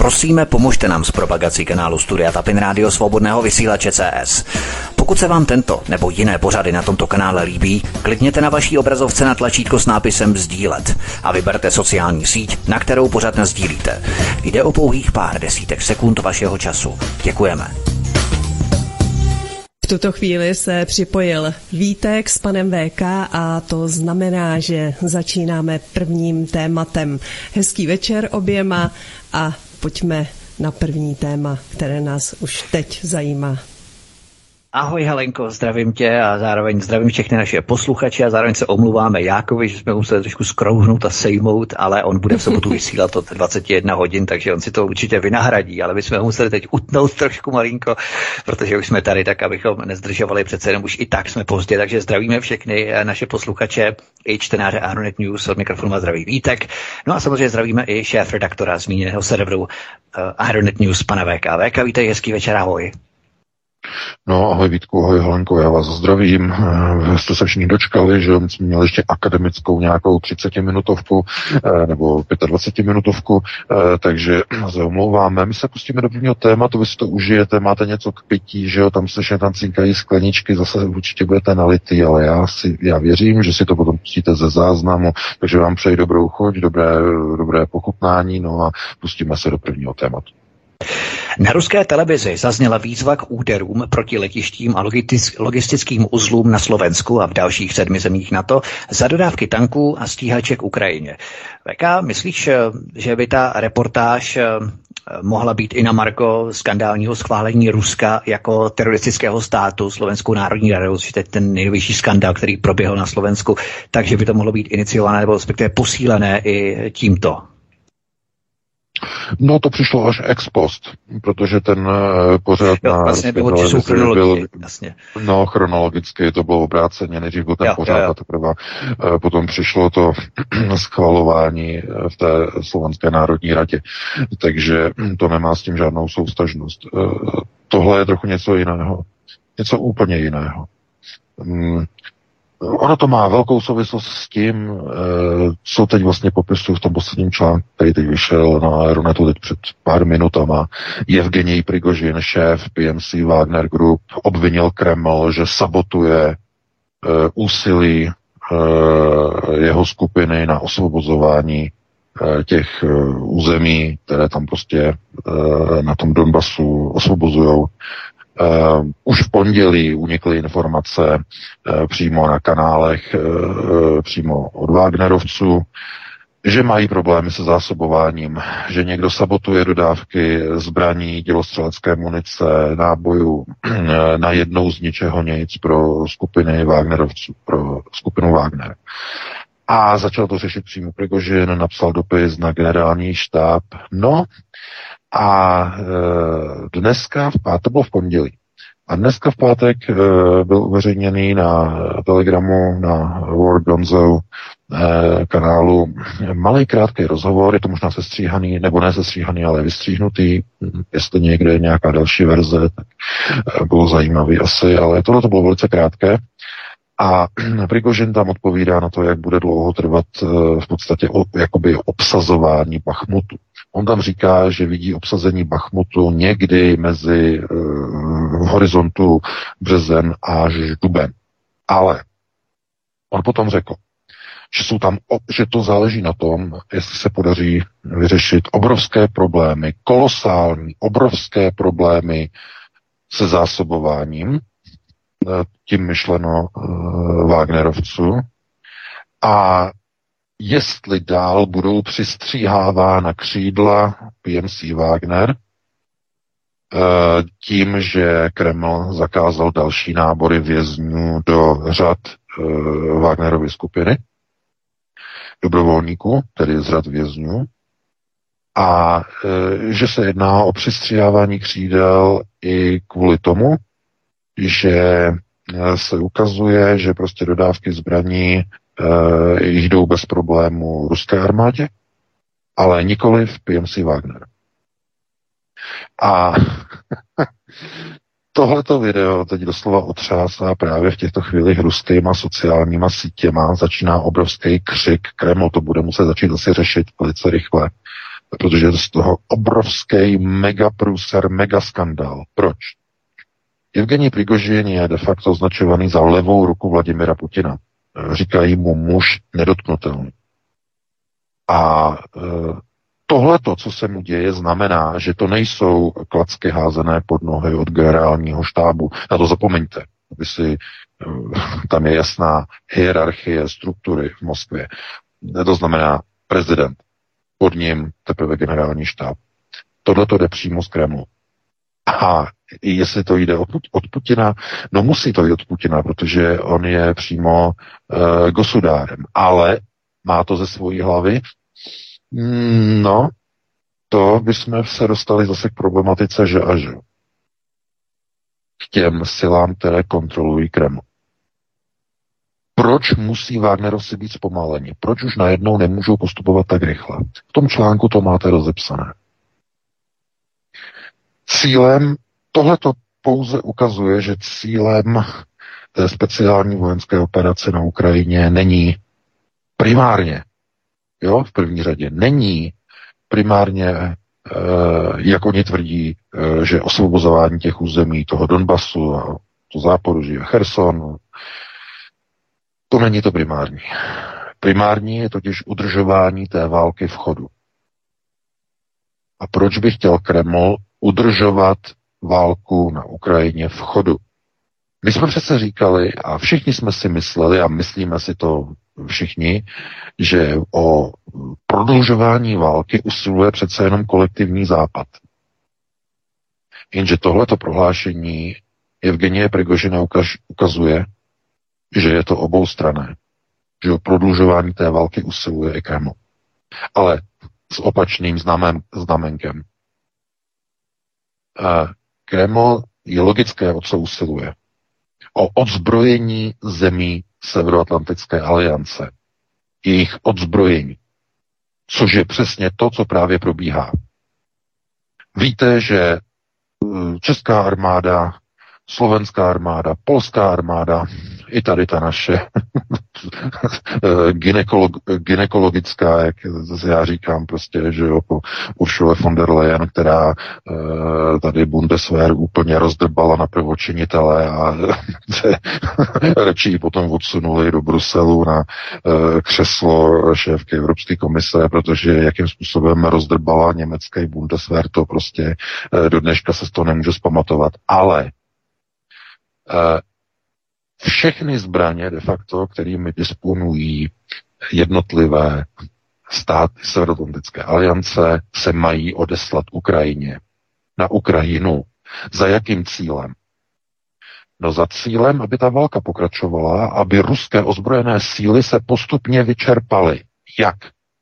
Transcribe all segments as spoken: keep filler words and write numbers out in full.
Prosíme, pomožte nám s propagací kanálu Studia Tapin Rádio Svobodného vysílače C S. Pokud se vám tento nebo jiné pořady na tomto kanále líbí, klikněte na vaší obrazovce na tlačítko s nápisem sdílet a vyberte sociální síť, na kterou pořad nasdílíte. Jde o pouhých pár desítek sekund vašeho času. Děkujeme. V tuto chvíli se připojil Vítek s panem V K a to znamená, že začínáme prvním tématem. Hezký večer oběma a pojďme na první téma, které nás už teď zajímá. Ahoj Helenko, zdravím tě a zároveň zdravím všechny naše posluchače a zároveň se omluváme Jákovi, že jsme museli trošku skrouhnout a sejmout, ale on bude v sobotu vysílat od dvacet jedna hodin, takže on si to určitě vynahradí, ale my jsme ho museli teď utnout trošku malinko, protože už jsme tady tak, abychom nezdržovali, přece jenom už i tak jsme pozdě, takže zdravíme všechny naše posluchače i čtenáře Aeronet News, od mikrofonu a zdraví Vítek. No a samozřejmě zdravíme i šéf-redaktora zmíněného serveru uh, Aeronet News, pana V K. V K, vítej, hezký večer, ahoj. No, ahoj Vítku, ahoj Helenko, já vás zdravím. Jste se všichni dočkali, že jsme měli ještě akademickou nějakou třicetiminutovku nebo dvacetipětiminutovku, takže se omlouváme. My se pustíme do prvního tématu, vy si to užijete, máte něco k pití, že jo, tam se tam cinkají skleničky, zase určitě budete nalitý, ale já si, já věřím, že si to potom pustíte ze záznamu, takže vám přeji dobrou chuť, dobré, dobré pochutnání, no a pustíme se do prvního tématu. Na ruské televizi zazněla výzva k úderům proti letištím a logistickým uzlům na Slovensku a v dalších sedmi zemích NATO za dodávky tanků a stíhaček Ukrajině. V K, myslíš, že by ta reportáž mohla být i na margo skandálního schválení Ruska jako teroristického státu Slovenskou národní radou, což je ten nejnovější skandál, který proběhl na Slovensku, takže by to mohlo být iniciované nebo respektive posílené i tímto? No to přišlo až ex post, protože ten pořád jo, na vlastně televizi byl, jasně. No chronologicky to bylo obráceně, nejdřív byl ten jo, pořád jo, jo. a teprve potom přišlo to schvalování v té Slovenské národní radě, takže to nemá s tím žádnou souvztažnost. Tohle je trochu něco jiného, něco úplně jiného. Ono to má velkou souvislost s tím, co teď vlastně popisuju v tom posledním článku, který teď vyšel na Aeronetu teď před pár minutama. Evgenij Prigožin, šéf P M C Wagner Group, obvinil Kreml, že sabotuje úsilí jeho skupiny na osvobozování těch území, které tam prostě na tom Donbasu osvobozujou. Uh, už v pondělí unikly informace uh, přímo na kanálech, uh, přímo od Wagnerovců, že mají problémy se zásobováním, že někdo sabotuje dodávky zbraní, dělostřelecké munice, nábojů uh, na jednou z ničeho nic pro skupiny Wagnerovců, pro skupinu Wagner. A začal to řešit přímo Prigožin, napsal dopis na generální štáb. No, a e, dneska, v pátek, to bylo v pondělí, a dneska v pátek e, byl uveřejněný na Telegramu, na War Gonzo e, kanálu malý krátký rozhovor, je to možná sestříhaný, nebo ne sestříhaný, ale vystříhnutý, jestli někde je nějaká další verze, tak e, bylo zajímavý asi, ale tohle to bylo velice krátké. A Prigožin tam odpovídá na to, jak bude dlouho trvat e, v podstatě o, jakoby obsazování Bachmutu. On tam říká, že vidí obsazení Bachmutu někdy mezi e, v horizontu březen až duben. Ale on potom řekl, že jsou tam, že to záleží na tom, jestli se podaří vyřešit obrovské problémy, kolosální, obrovské problémy se zásobováním, tím myšleno uh, Wagnerovců, a jestli dál budou přistříhávána křídla P M C Wagner uh, tím, že Kreml zakázal další nábory vězňů do řad uh, Wagnerovy skupiny, dobrovolníků, tedy z řad vězňů, a uh, že se jedná o přistříhávání křídel i kvůli tomu, že se ukazuje, že prostě dodávky zbraní e, jdou bez problému ruské armádě, ale nikoli v P M C Wagner. A tohleto video teď doslova otřásá právě v těchto chvílích ruskýma sociálníma sítěma, začíná obrovský křik, Kreml to bude muset začít asi řešit velice rychle. protože je z toho obrovský megaprůser, megaskandál. Proč? Evgenij Prigožin je de facto označovaný za levou ruku Vladimira Putina. Říkají mu muž nedotknutelný. A e, tohleto, co se mu děje, znamená, že to nejsou klacky házené pod nohy od generálního štábu. Na to zapomeňte. Aby si, e, tam je jasná hierarchie struktury v Moskvě. To znamená prezident, pod ním teprve generální štáb. Tohleto jde přímo z Kremlu. A jestli to jde od, od Putina, no musí to jít od Putina, protože on je přímo e, gosudárem. Ale má to ze svojí hlavy? No, to bychom se dostali zase k problematice, že a že. K těm silám, které kontrolují Kreml. Proč musí Wagnerovci být zpomaleni? Proč už najednou nemůžou postupovat tak rychle? V tom článku to máte rozepsané. Cílem, tohle to pouze ukazuje, že cílem té speciální vojenské operace na Ukrajině není primárně, jo, v první řadě, není primárně, e, jak oni tvrdí, e, že osvobozování těch území, toho Donbasu a to Záporoží a Cherson, to není to primární. Primární je totiž udržování té války v chodu. A proč by chtěl Kreml udržovat válku na Ukrajině v chodu? My jsme přece říkali a všichni jsme si mysleli a myslíme si to všichni, že o prodlužování války usiluje přece jenom kolektivní západ. Jenže tohleto prohlášení Evgenije Prigožina ukaz, ukazuje, že je to oboustranné, že o prodlužování té války usiluje i Kreml. Ale s opačným znamen, znamenkem. A Kreml je logické, o co usiluje. O odzbrojení zemí Severoatlantické aliance. Jejich odzbrojení. Což je přesně to, co právě probíhá. Víte, že česká armáda, slovenská armáda, polská armáda, i tady ta naše gynekolog, gynekologická, jak já říkám prostě, že jo, po Ursule von der Leyen, která uh, tady Bundeswehr úplně rozdrbala na prvočinitele a radši ji potom odsunuli do Bruselu na uh, křeslo šéfky Evropské komise, protože jakým způsobem rozdrbala německý Bundeswehr, to prostě uh, do dneška se z toho nemůže zpamatovat. Ale uh, všechny zbraně de facto, kterými disponují jednotlivé státy Severoatlantické aliance, se mají odeslat Ukrajině. Na Ukrajinu. Za jakým cílem? No za cílem, aby ta válka pokračovala, aby ruské ozbrojené síly se postupně vyčerpaly. Jak?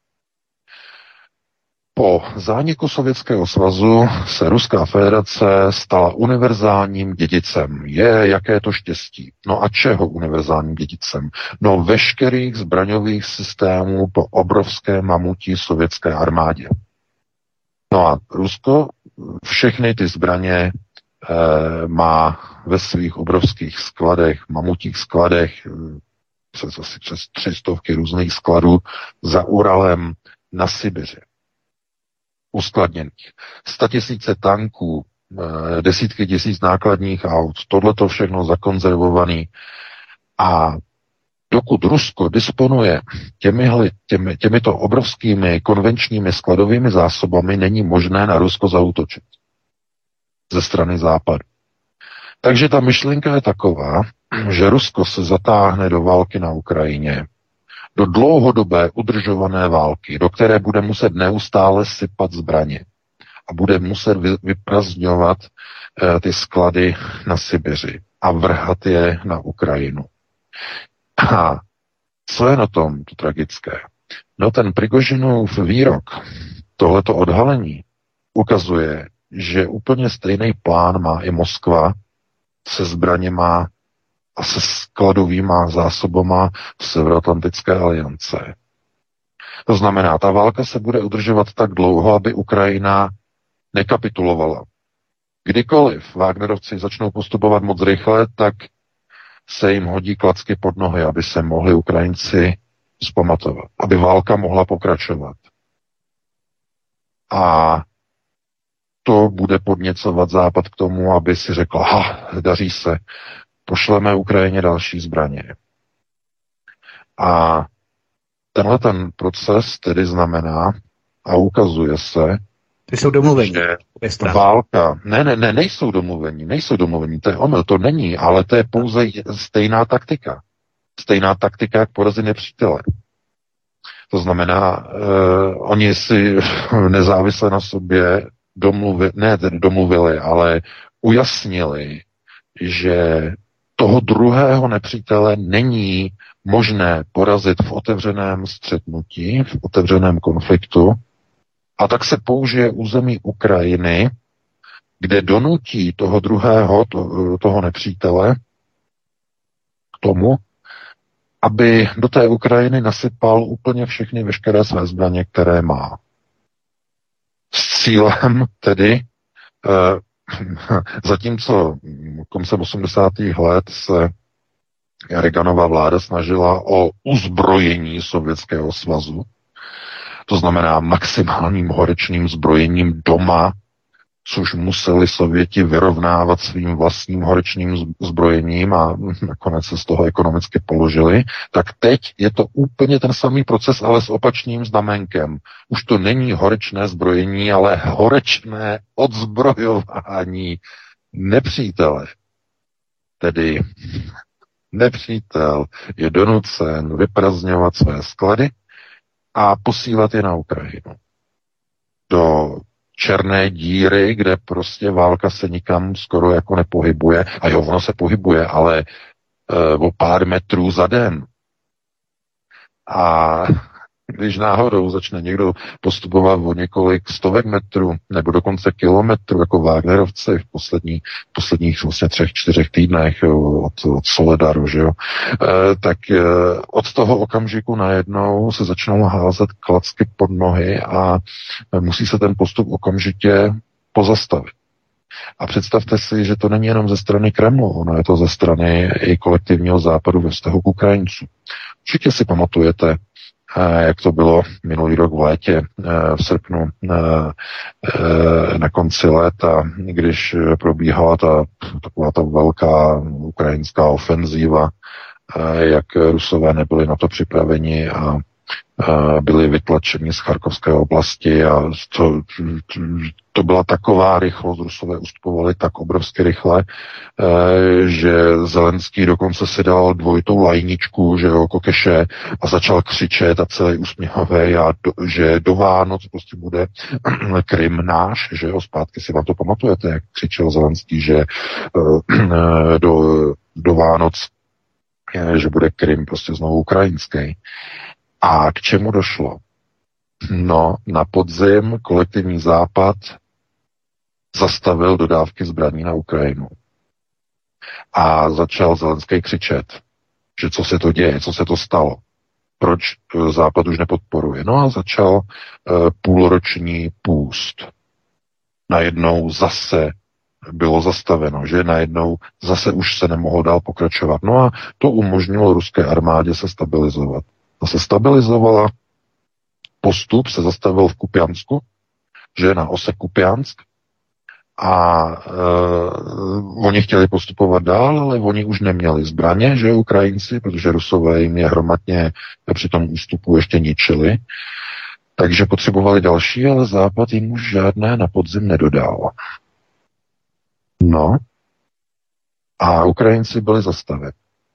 Po zániku Sovětského svazu se Ruská federace stala univerzálním dědicem. Je, jaké to štěstí. No a čeho univerzálním dědicem? No veškerých zbraňových systémů po obrovské mamutí sovětské armádě. No a Rusko všechny ty zbraně e, má ve svých obrovských skladech, mamutích skladech, přes asi přes tři stovky různých skladů za Uralem na Sibiři. Uskladněných. Statisíce tanků, desítky tisíc nákladních aut, tohleto všechno zakonzervovaný. A dokud Rusko disponuje těmihle, těmi, těmito obrovskými konvenčními skladovými zásobami, není možné na Rusko zaútočit ze strany západu. Takže ta myšlenka je taková, že Rusko se zatáhne do války na Ukrajině, do dlouhodobé udržované války, do které bude muset neustále sypat zbraně a bude muset vyprazňovat e, ty sklady na Sibiři a vrhat je na Ukrajinu. A co je na tom to tragické? No ten Prigožinův výrok, tohleto odhalení, ukazuje, že úplně stejný plán má i Moskva se zbraněma a se skladovýma zásobama Severoatlantické aliance. To znamená, ta válka se bude udržovat tak dlouho, aby Ukrajina nekapitulovala. Kdykoliv Wagnerovci začnou postupovat moc rychle, tak se jim hodí klacky pod nohy, aby se mohli Ukrajinci zpamatovat, aby válka mohla pokračovat. A to bude podněcovat Západ k tomu, aby si řekl, ha, daří se, pošleme Ukrajině další zbraně. A tenhle ten proces tedy znamená a ukazuje se, ty jsou domluvení. Že válka, ne, ne, ne, nejsou domluvení, nejsou domluvení, to je omyl, to není, ale to je pouze stejná taktika. Stejná taktika, jak porazit nepřítele. To znamená, eh, oni si nezávisle na sobě domluvi, ne tedy domluvili, ale ujasnili, že toho druhého nepřítele není možné porazit v otevřeném střetnutí, v otevřeném konfliktu, a tak se použije území Ukrajiny, kde donutí toho druhého, to, toho nepřítele, k tomu, aby do té Ukrajiny nasypal úplně všechny veškeré své zbraně, které má. S cílem tedy, eh, zatímco koncem osmdesátých let se Reaganova vláda snažila o uzbrojení Sovětského svazu, to znamená maximálním horečným zbrojením doma, což museli Sověti vyrovnávat svým vlastním horečným zbrojením a nakonec se z toho ekonomicky položili, tak teď je to úplně ten samý proces, ale s opačným znamenkem. Už to není horečné zbrojení, ale horečné odzbrojování nepřítele. Tedy nepřítel je donucen vyprazňovat své sklady a posílat je na Ukrajinu. Do černé díry, kde prostě válka se nikam skoro jako nepohybuje. A jo, ono se pohybuje, ale e, o pár metrů za den. A když náhodou začne někdo postupovat o několik stovek metrů, nebo dokonce kilometrů, jako Wagnerovci v poslední, posledních vlastně třech, čtyřech týdnech od, od Soledaru, že jo, e, tak e, od toho okamžiku najednou se začnou házet klacky pod nohy a musí se ten postup okamžitě pozastavit. A představte si, že to není jenom ze strany Kremlu, ono je to ze strany i kolektivního západu ve vztahu k Ukrajincům. Určitě si pamatujete, jak to bylo minulý rok v létě, v srpnu, na konci léta, když probíhala ta, taková ta velká ukrajinská ofenzíva, jak Rusové nebyli na to připraveni a byli vytlačeni z Charkovské oblasti a to, to byla taková rychlost, Rusové ustupovali tak obrovsky rychle, že Zelenský dokonce si dal dvojitou lajničku, že jo, kokeše a začal křičet a celý usměvavý a do, že do Vánoc prostě bude Krym náš, že jo, zpátky si vám to pamatujete, jak křičel Zelenský, že do, do Vánoc že bude Krym prostě znovu ukrajinský. A k čemu došlo? No, na podzim kolektivní západ zastavil dodávky zbraní na Ukrajinu. A začal Zelenský křičet, že co se to děje, co se to stalo, proč západ už nepodporuje. No a začal uh, půlroční půst. Najednou zase bylo zastaveno, že najednou zase už se nemohlo dál pokračovat. No a to umožnilo ruské armádě se stabilizovat. To se stabilizovala, postup se zastavil v Kupiansku, že na ose Kupiansk, a uh, oni chtěli postupovat dál, ale oni už neměli zbraně, že Ukrajinci, protože Rusové jim je hromadně při tom ústupu ještě ničili, takže potřebovali další, ale Západ jim už žádné na podzim nedodal. No, a Ukrajinci byli zastaveni.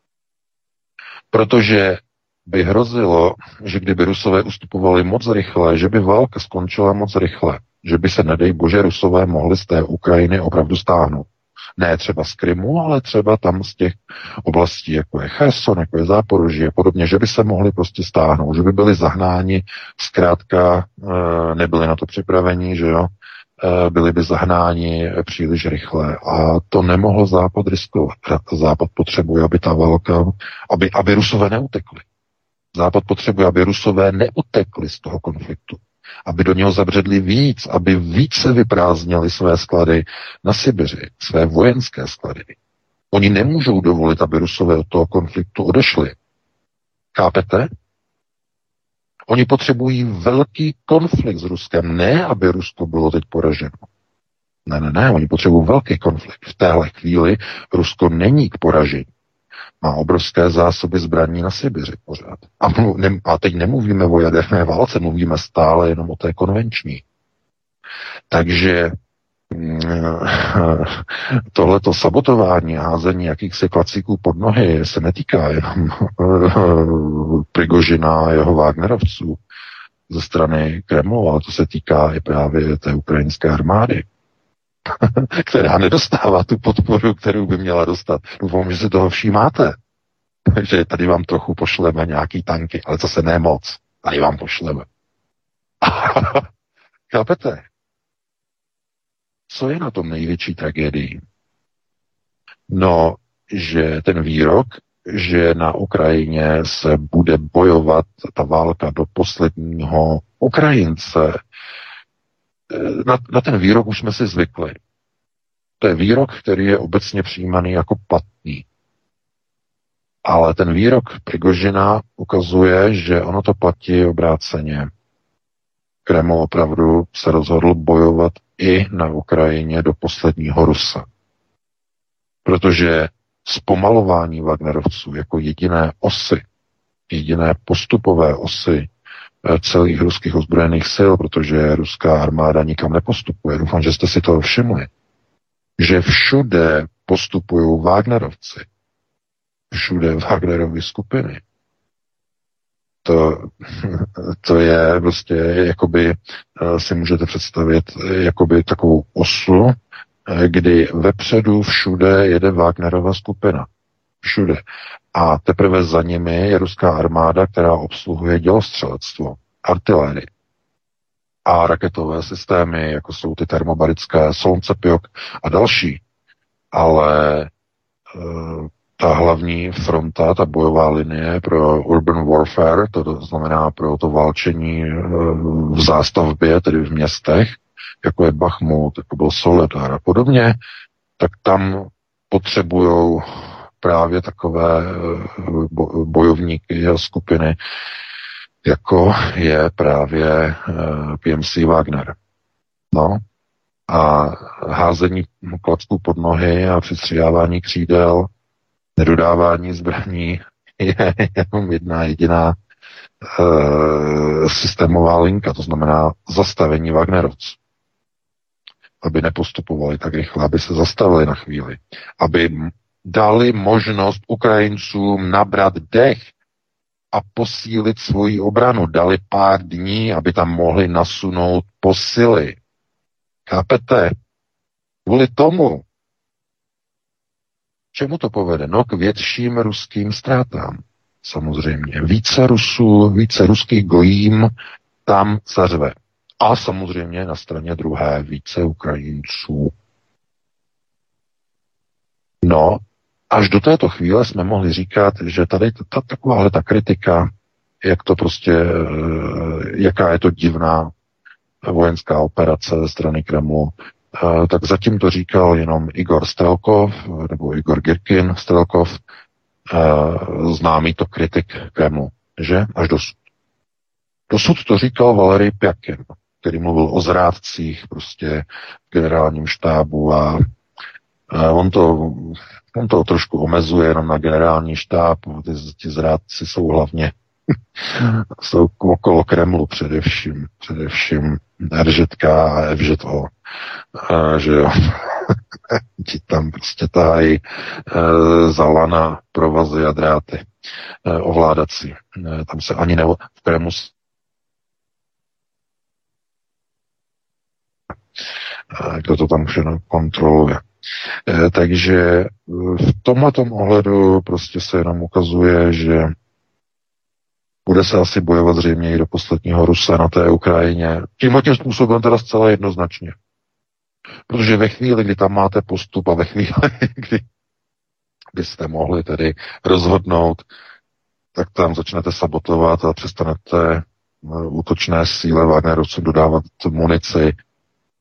Protože by hrozilo, že kdyby Rusové ustupovali moc rychle, že by válka skončila moc rychle, že by se, nedej bože, Rusové mohli z té Ukrajiny opravdu stáhnout. Ne třeba z Krymu, ale třeba tam z těch oblastí, jako je Cherson, jako je Záporoží a podobně, že by se mohli prostě stáhnout, že by byli zahnáni, zkrátka nebyli na to připraveni, že jo, byli by zahnáni příliš rychle a to nemohl Západ riskovat. Západ potřebuje, aby ta válka, aby, aby Rusové neutekli. Západ potřebuje, aby Rusové neutekli z toho konfliktu, aby do něho zabředli víc, aby více vyprázdnili své sklady na Sibiři, své vojenské sklady. Oni nemůžou dovolit, aby Rusové od toho konfliktu odešli. Chápete? Oni potřebují velký konflikt s Ruskem, ne aby Rusko bylo teď poraženo. Ne, ne, ne, oni potřebují velký konflikt. V téhle chvíli Rusko není k poražení. Má obrovské zásoby zbraní na Sibiři pořád. A, ne, a teď nemluvíme o jaderné válce, mluvíme stále jenom o té konvenční. Takže tohleto sabotování a házení jakýchsi klacíků pod nohy se netýká jenom Prigožina a jeho Wagnerovců ze strany Kremlu, ale to se týká i právě té ukrajinské armády, která nedostává tu podporu, kterou by měla dostat. Doufám, že si toho všímáte. Takže tady vám trochu pošleme nějaký tanky, ale zase ne moc. Tady vám pošleme. Chápete? Co je na tom největší tragédii? No, že ten výrok, že na Ukrajině se bude bojovat ta válka do posledního Ukrajince, na, na ten výrok už jsme si zvykli. To je výrok, který je obecně přijímaný jako platný. Ale ten výrok Prigožina ukazuje, že ono to platí obráceně. Kreml opravdu se rozhodl bojovat i na Ukrajině do posledního Rusa. Protože zpomalování Wagnerovců jako jediné osy, jediné postupové osy celých ruských ozbrojených sil, protože ruská armáda nikam nepostupuje. Doufám, že jste si to všimli. Že všude postupují Wagnerovci. Všude Wagnerovy skupiny. To, to je prostě, jakoby si můžete představit jakoby takovou osu, kdy vepředu všude jede Wagnerova skupina. Všude. A teprve za nimi je ruská armáda, která obsluhuje dělostřelectvo, artilérii a raketové systémy, jako jsou ty termobarické, Solncepjok a další. Ale e, ta hlavní fronta, ta bojová linie pro urban warfare, to znamená pro to válčení e, v zástavbě, tedy v městech, jako je Bachmut, jako byl Soledar a podobně, tak tam potřebujou právě takové bojovníky a skupiny, jako je právě P M C Wagner. No a házení klacků pod nohy a přistřihávání křídel, nedodávání zbraní je jenom jedna jediná e, systémová linka, to znamená zastavení Wagnerovců. Aby nepostupovali tak rychle, aby se zastavili na chvíli, aby dali možnost Ukrajincům nabrat dech a posílit svoji obranu. Dali pár dní, aby tam mohli nasunout posily. Chápete? Kvůli tomu. Čemu to povede? No k větším ruským ztrátám. Samozřejmě. Více Rusů, více ruských gojím tam zařve. A samozřejmě na straně druhé více Ukrajinců. No, až do této chvíle jsme mohli říkat, že tady ta, takováhle ta kritika, jak to prostě, jaká je to divná vojenská operace ze strany Kremlu, tak zatím to říkal jenom Igor Strelkov, nebo Igor Girkin Strelkov, známý to kritik Kremlu, že? Až dosud. Dosud to říkal Valerij Pjakin, který mluvil o zrádcích prostě v generálním štábu a on to, on to trošku omezuje jenom na generální štáb, ty, ty zrádci jsou hlavně jsou okolo Kremlu především, především R Z K a F Z O, a, že jo, ti tam prostě tahají e, za lana provazy a dráty e, ovládací. E, tam se ani nebo v Kremlu e, kdo to tam všechno kontroluje. E, takže v tomhletom ohledu prostě se jenom ukazuje, že bude se asi bojovat zřejmě i do posledního Rusa na té Ukrajině. Tímhle tím způsobem teda zcela jednoznačně. Protože ve chvíli, kdy tam máte postup a ve chvíli, kdy byste mohli tedy rozhodnout, tak tam začnete sabotovat a přestanete útočné síle Wagnerovců dodávat munici.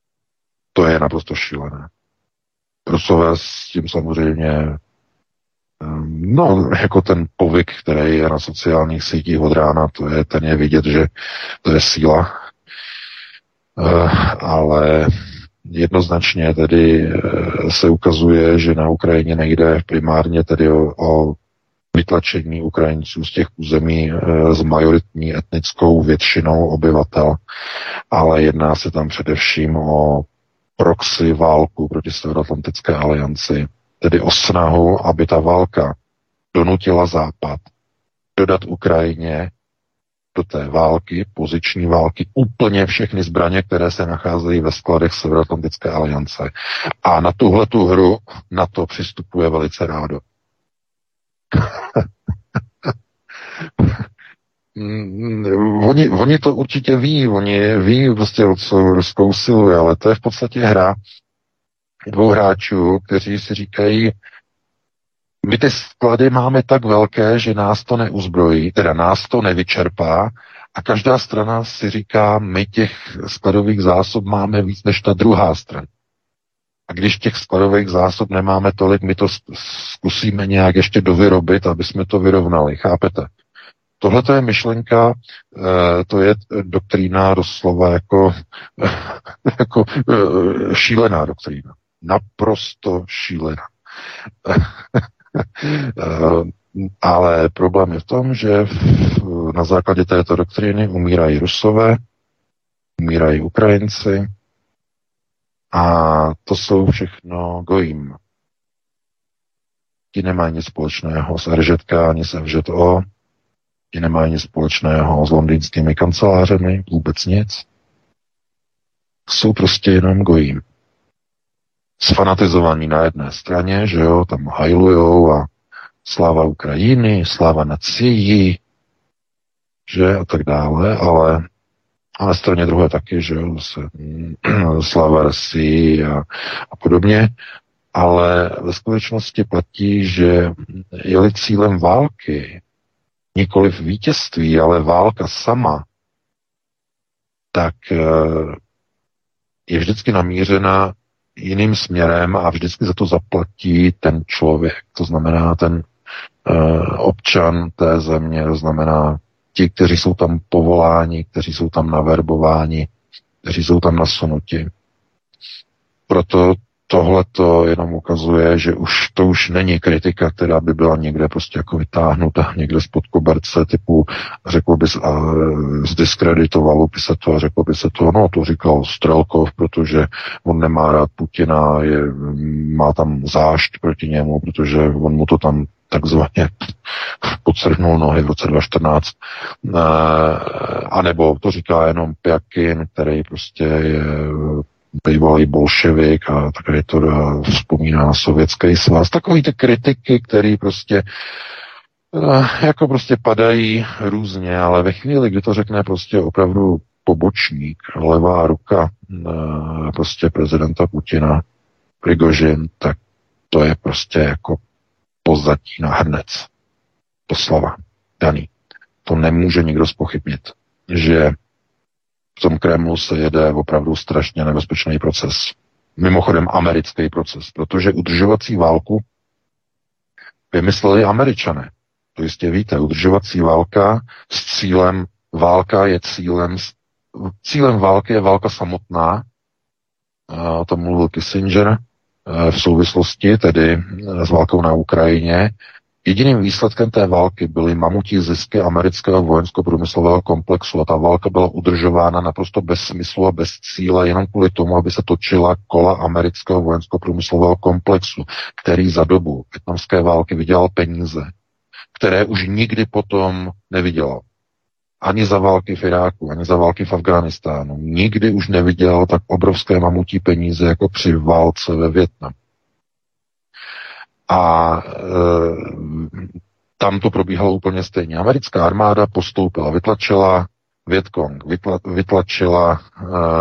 To je naprosto šílené. Rusové s tím samozřejmě No, jako ten povyk, který je na sociálních sítích od rána, to je, ten je vidět, že to je síla. Ale jednoznačně tedy se ukazuje, že na Ukrajině nejde primárně tedy o, o vytlačení Ukrajinců z těch území s majoritní etnickou většinou obyvatel, ale jedná se tam především o proxy válku proti Severoatlantické alianci, tedy o snahu, aby ta válka donutila Západ dodat Ukrajině do té války, poziční války, úplně všechny zbraně, které se nacházejí ve skladech Severoatlantické aliance. A na tuhletu hru NATO přistupuje velice rádo. oni, oni to určitě ví, oni ví prostě, co Rusko usiluje, ale to je v podstatě hra dvou hráčů, kteří si říkají, my ty sklady máme tak velké, že nás to neuzbrojí, teda nás to nevyčerpá a každá strana si říká, my těch skladových zásob máme víc než ta druhá strana. A když těch skladových zásob nemáme tolik, my to zkusíme nějak ještě dovyrobit, aby jsme to vyrovnali, chápete? Tohle to je myšlenka, to je doktrína doslova jako, jako šílená doktrína. Naprosto šílená. Ale problém je v tom, že na základě této doktríny umírají Rusové, umírají Ukrajinci a to jsou všechno gojím. Ti nemají nic společného s er žé ká ani s ef žé ó, ti nemají nic společného s londýnskými kancelářemi, vůbec nic. Jsou prostě jenom gojím. Sfanatizovaní na jedné straně, že jo, tam hajlujou a sláva Ukrajiny, sláva nacií, že a tak dále, ale a na straně druhé taky, že jo, se, sláva Rusii a, a podobně, ale ve skutečnosti platí, že je-li cílem války nikoliv vítězství, ale válka sama, tak je vždycky namířena jiným směrem a vždycky za to zaplatí ten člověk, to znamená ten uh, občan té země, to znamená ti, kteří jsou tam povoláni, kteří jsou tam naverbováni, kteří jsou tam nasunuti. Proto tohle to jenom ukazuje, že už to už není kritika, která by byla někde prostě jako vytáhnuta někde spod koberce typu, řekl by se, a zdiskreditovalo by se to a řekl by se to, no to říkal Strelkov, protože on nemá rád Putina, je, má tam zášť proti němu, protože on mu to tam takzvaně podstrhnul nohy v roce dva tisíce čtrnáct. E, a nebo to říká jenom Pjakin, který prostě je bývalý bolševik a takový to vzpomíná na Sovětský svaz. Takový ty kritiky, které prostě jako prostě padají různě, ale ve chvíli, kdy to řekne prostě opravdu pobočník, levá ruka prostě prezidenta Putina, Prigožin, tak to je prostě jako pozadí na hrnec. Doslova. Daný. To nemůže nikdo zpochybnit, že v tom Kremlu se jede opravdu strašně nebezpečný proces. Mimochodem americký proces, protože udržovací válku vymysleli Američané. To jistě víte, udržovací válka s cílem, válka je cílem, cílem války je válka samotná, o tom mluvil Kissinger, v souvislosti tedy s válkou na Ukrajině. Jediným výsledkem té války byly mamutí zisky amerického vojensko-průmyslového komplexu a ta válka byla udržována naprosto bez smyslu a bez cíle jenom kvůli tomu, aby se točila kola amerického vojensko-průmyslového komplexu, který za dobu vietnamské války vydělal peníze, které už nikdy potom nevydělal. Ani za války v Iráku, ani za války v Afghánistánu. Nikdy už nevydělal tak obrovské mamutí peníze jako při válce ve Vietnamu. A e, tam to probíhalo úplně stejně. Americká armáda postoupila, vytlačila Vietkong, vytla, vytlačila e,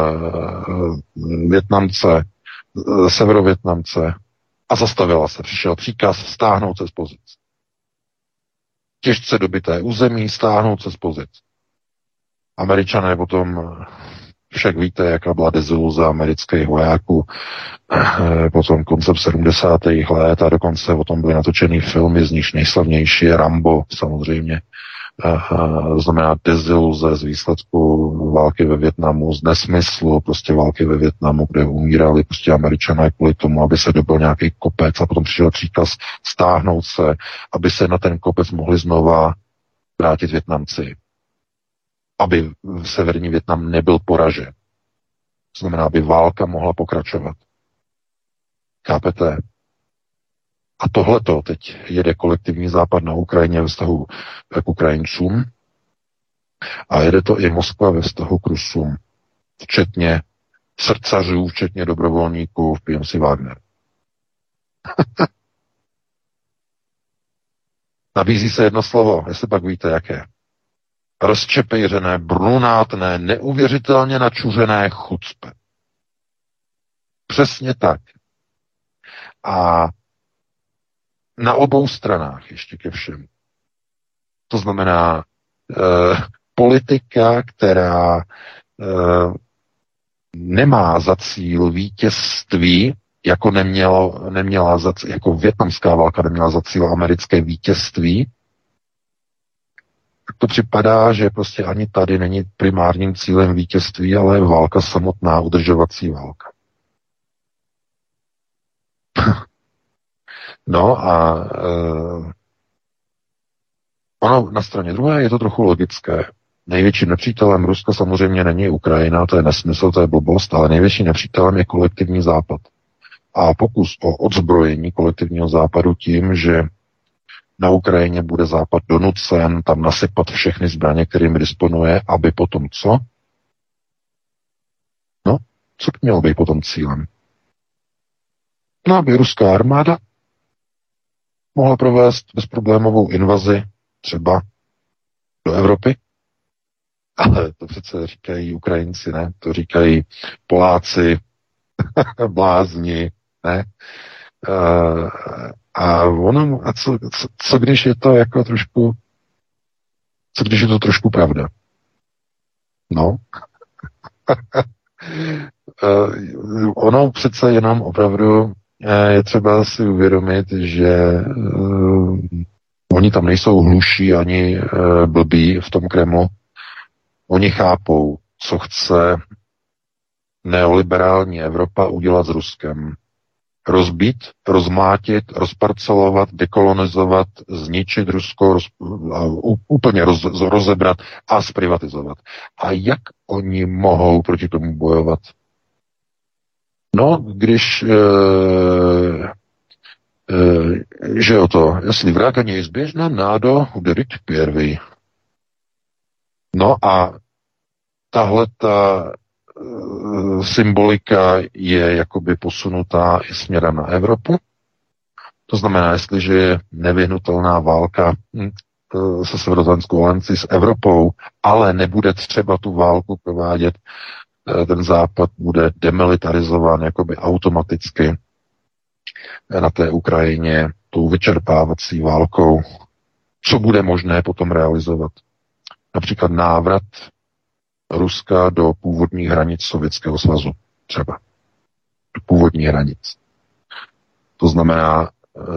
Vietnamce, e, severovietnamce a zastavila se. Přišel příkaz stáhnout se z pozic. Těžce dobyté území, stáhnout se z pozic. Američané potom však víte, jaká byla deziluze amerických vojáků potom koncem sedmdesátých let a dokonce o tom byly natočený filmy, z nichž nejslavnější je Rambo samozřejmě. Znamená deziluze z výsledku války ve Vietnamu, z nesmyslu prostě války ve Vietnamu, kde umírali prostě Američané kvůli tomu, aby se dobil nějaký kopec a potom přišel příkaz stáhnout se, aby se na ten kopec mohli znova vrátit Vietnamci. Aby severní Vietnam nebyl poražen. To znamená, aby válka mohla pokračovat. Chápete? A tohleto teď jede kolektivní západ na Ukrajině ve vztahu k Ukrajincům a jede to i Moskva ve vztahu k Rusům, včetně srdcařů, včetně dobrovolníků v P M C Wagner. Nabízí se jedno slovo, jestli pak víte, jaké. Rozčepejřené, brunátné, neuvěřitelně načuřené chucpe. Přesně tak. A na obou stranách ještě ke všemu. To znamená eh, politika, která eh, nemá za cíl vítězství, jako nemělo, neměla za cíl, jako vietnamská válka neměla za cíl americké vítězství, tak to připadá, že prostě ani tady není primárním cílem vítězství, ale válka samotná, udržovací válka. No a uh, ono na straně druhé je to trochu logické. Největším nepřítelem Ruska samozřejmě není Ukrajina, to je nesmysl, to je blbost, ale největším nepřítelem je kolektivní západ. A pokus o odzbrojení kolektivního západu tím, že na Ukrajině bude západ donucen tam nasypat všechny zbraně, kterými disponuje, aby potom co? No, co by mělo být potom cílem? No, aby ruská armáda mohla provést bezproblémovou invazi třeba do Evropy. Ale to přece říkají Ukrajinci, ne? To říkají Poláci, blázni, ne? Uh, a ono, a co, co, co když je to jako trošku, co když je to trošku pravda? No. uh, ono přece jenom opravdu je třeba si uvědomit, že uh, oni tam nejsou hluší ani uh, blbí v tom Kremlu. Oni chápou, co chce neoliberální Evropa udělat s Ruskem. Rozbít, rozmátit, rozparcelovat, dekolonizovat, zničit Rusko, roz, úplně roz, rozebrat a zprivatizovat. A jak oni mohou proti tomu bojovat? No, když e, e, že o to, jestli vraga neizběžná, nádo uderit prvý. No a tahle ta symbolika je jakoby posunutá i směrem na Evropu. To znamená, jestliže je nevyhnutelná válka se Severoatlantskou aliancí s Evropou, ale nebude třeba tu válku provádět, ten západ bude demilitarizován jakoby automaticky na té Ukrajině tou vyčerpávací válkou. Co bude možné potom realizovat? Například návrat Ruska do původních hranic Sovětského svazu. Třeba. Do původních hranic. To znamená,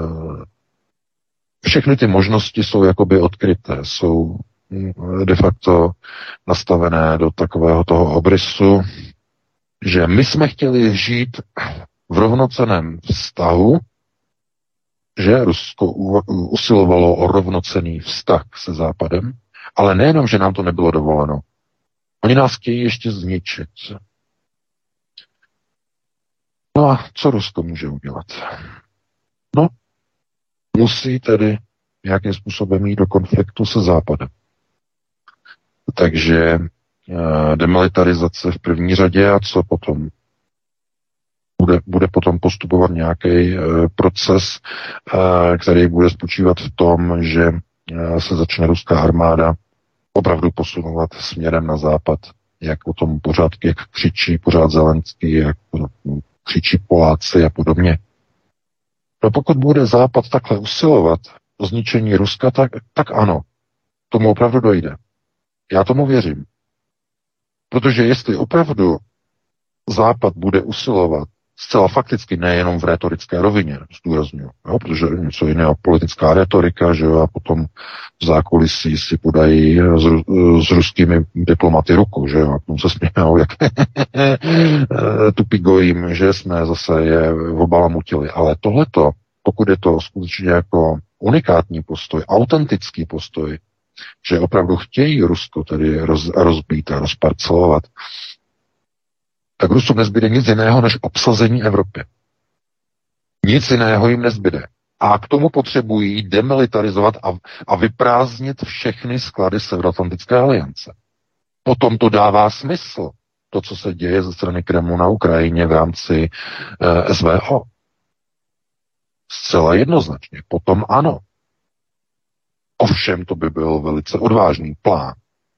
všechny ty možnosti jsou jakoby odkryté, jsou de facto nastavené do takového toho obrysu, že my jsme chtěli žít v rovnocenném vztahu, že Rusko usilovalo o rovnocenný vztah se Západem, ale nejenom, že nám to nebylo dovoleno. Oni nás chtějí ještě zničit. No a co Rusko může udělat? No, musí tedy nějakým způsobem jít do konfliktu se Západem. Takže demilitarizace v první řadě a co potom? Bude, bude potom postupovat nějaký proces, který bude spočívat v tom, že se začne ruská armáda opravdu posunovat směrem na západ, jak o tom pořád, jak křičí pořád Zelenský, jak křičí Poláci a podobně. No pokud bude západ takhle usilovat o zničení Ruska, tak, tak ano, tomu opravdu dojde. Já tomu věřím. Protože jestli opravdu Západ bude usilovat zcela fakticky, nejenom v rétorické rovině, zdůrazňuji, jo, protože něco jiného politická rétorika, že jo, a potom v zákulisí si podají s, s ruskými diplomaty ruku, že jo, a k tomu se smějou, jak tupigojím, že jsme zase je obalamutili. Ale tohleto, pokud je to skutečně jako unikátní postoj, autentický postoj, že opravdu chtějí Rusko tedy roz, rozbít a rozparcelovat, tak Rusům nezbyde nic jiného než obsazení Evropy. Nic jiného jim nezbyde. A k tomu potřebují demilitarizovat a, a vyprázdnit všechny sklady Severoatlantické aliance. Potom to dává smysl, to, co se děje ze strany Kremlu na Ukrajině v rámci eh, S V O. Zcela jednoznačně. Potom ano. Ovšem to by byl velice odvážný plán.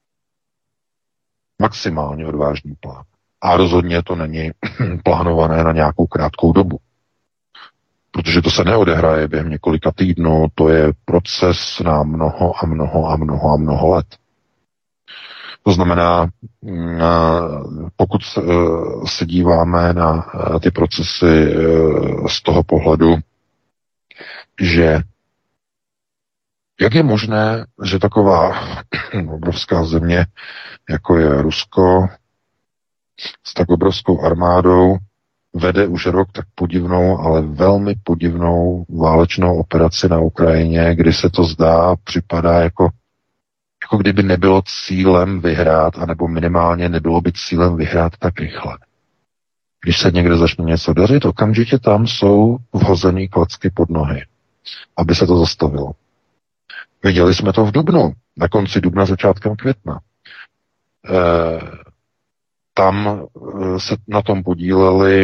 Maximálně odvážný plán. A rozhodně to není plánované na nějakou krátkou dobu. Protože to se neodehraje během několika týdnů, to je proces na mnoho a mnoho a mnoho a mnoho let. To znamená, pokud se díváme na ty procesy z toho pohledu, že jak je možné, že taková obrovská země, jako je Rusko, s tak obrovskou armádou vede už rok tak podivnou, ale velmi podivnou válečnou operaci na Ukrajině, kdy se to zdá, připadá jako, jako kdyby nebylo cílem vyhrát, anebo minimálně nebylo by cílem vyhrát tak rychle. Když se někde začne něco dařit, okamžitě tam jsou vhozený klacky pod nohy, aby se to zastavilo. Viděli jsme to v dubnu, na konci dubna, začátkem května. E- Tam se na tom podíleli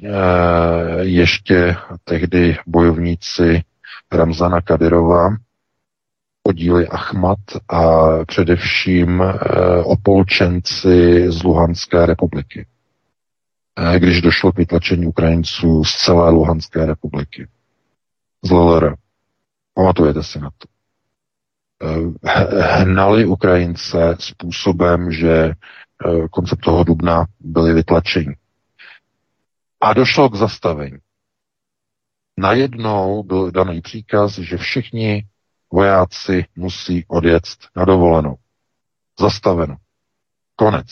ještě tehdy bojovníci Ramzana Kadyrova, podíly Ahmad a především opolčenci z Luhanské republiky. Když došlo k vytlačení Ukrajinců z celé Luhanské republiky. Z L L R. Pamatujete si na to. Hnali Ukrajince způsobem, že koncem toho dubna byli vytlačeni. A došlo k zastavení. Najednou byl daný příkaz, že všichni vojáci musí odjet na dovolenou. Zastaveno. Konec.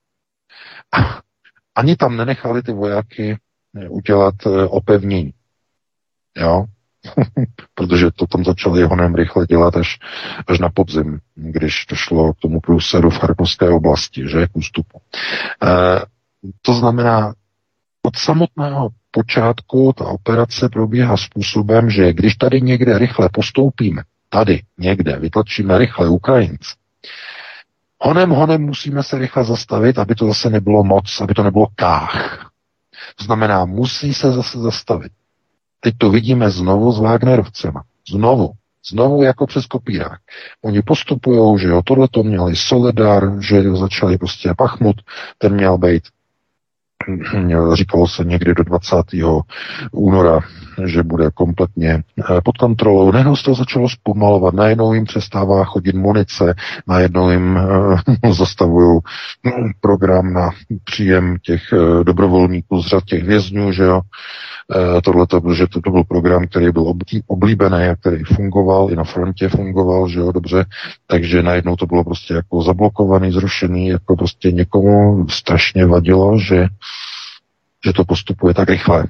Ani tam nenechali ty vojáky udělat opevnění. Jo? Protože to tam začali honem rychle dělat až, až na podzim, když došlo k tomu průseru v Charkovské oblasti, že, k ústupu. E, to znamená, od samotného počátku ta operace probíhá způsobem, že když tady někde rychle postoupíme, tady někde vytlačíme rychle Ukrajince, honem, honem musíme se rychle zastavit, aby to zase nebylo moc, aby to nebylo kách. To znamená, musí se zase zastavit. Teď to vidíme znovu s Wagnerovcema. Znovu. Znovu jako přes kopírák. Oni postupujou, že jo, tohle to měli Soledar, že začali prostě Bachmut, ten měl být, říkalo se někdy do dvacátého února, že bude kompletně pod kontrolou. Najednou se to začalo zpomalovat, najednou jim přestává chodit munice, najednou jim uh, zastavují program na příjem těch uh, dobrovolníků z řad těch vězňů, že jo. Uh, tohleto, protože to, to byl program, který byl oblíbený a který fungoval, i na frontě fungoval, že jo, dobře, takže najednou to bylo prostě jako zablokovaný, zrušený, jako prostě někomu strašně vadilo, že, že to postupuje tak rychle.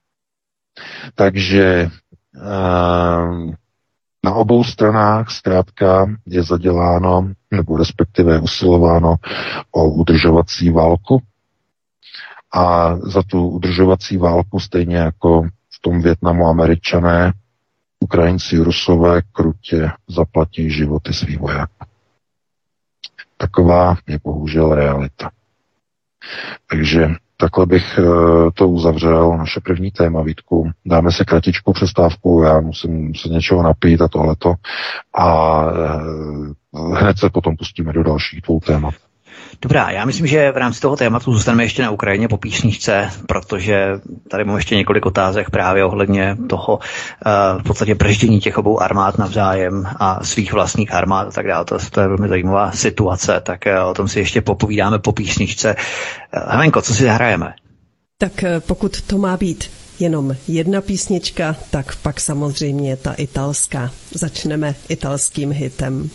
Takže uh, na obou stranách zkrátka je zaděláno, nebo respektive usilováno o udržovací válku. A za tu udržovací válku, stejně jako v tom Vietnamu Američané, Ukrajinci, Rusové krutě zaplatí životy svých vojáků. Taková je bohužel realita. Takže takhle bych to uzavřel, naše první téma, Vítku. Dáme si kratičkou přestávku, já musím se něčeho napít a tohleto. A hned se potom pustíme do dalších dvou témat. Dobrá, já myslím, že v rámci toho tématu zůstaneme ještě na Ukrajině po písničce, protože tady mám ještě několik otázek právě ohledně toho uh, v podstatě brždění těch obou armád navzájem a svých vlastních armád a tak dále. To, to je velmi zajímavá situace, tak uh, o tom si ještě popovídáme po písničce. Uh, Helenko, co si zahrajeme? Tak pokud to má být jenom jedna písnička, tak pak samozřejmě ta italská. Začneme italským hitem.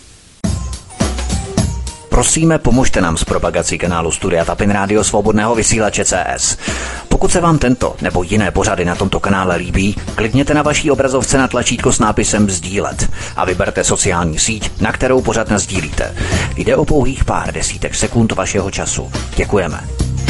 Prosíme, pomožte nám s propagací kanálu Studia Tapin Rádio Svobodného vysílače C S. Pokud se vám tento nebo jiné pořady na tomto kanále líbí, klikněte na vaší obrazovce na tlačítko s nápisem sdílet a vyberte sociální síť, na kterou pořad nasdílíte. Jde o pouhých pár desítek sekund vašeho času. Děkujeme.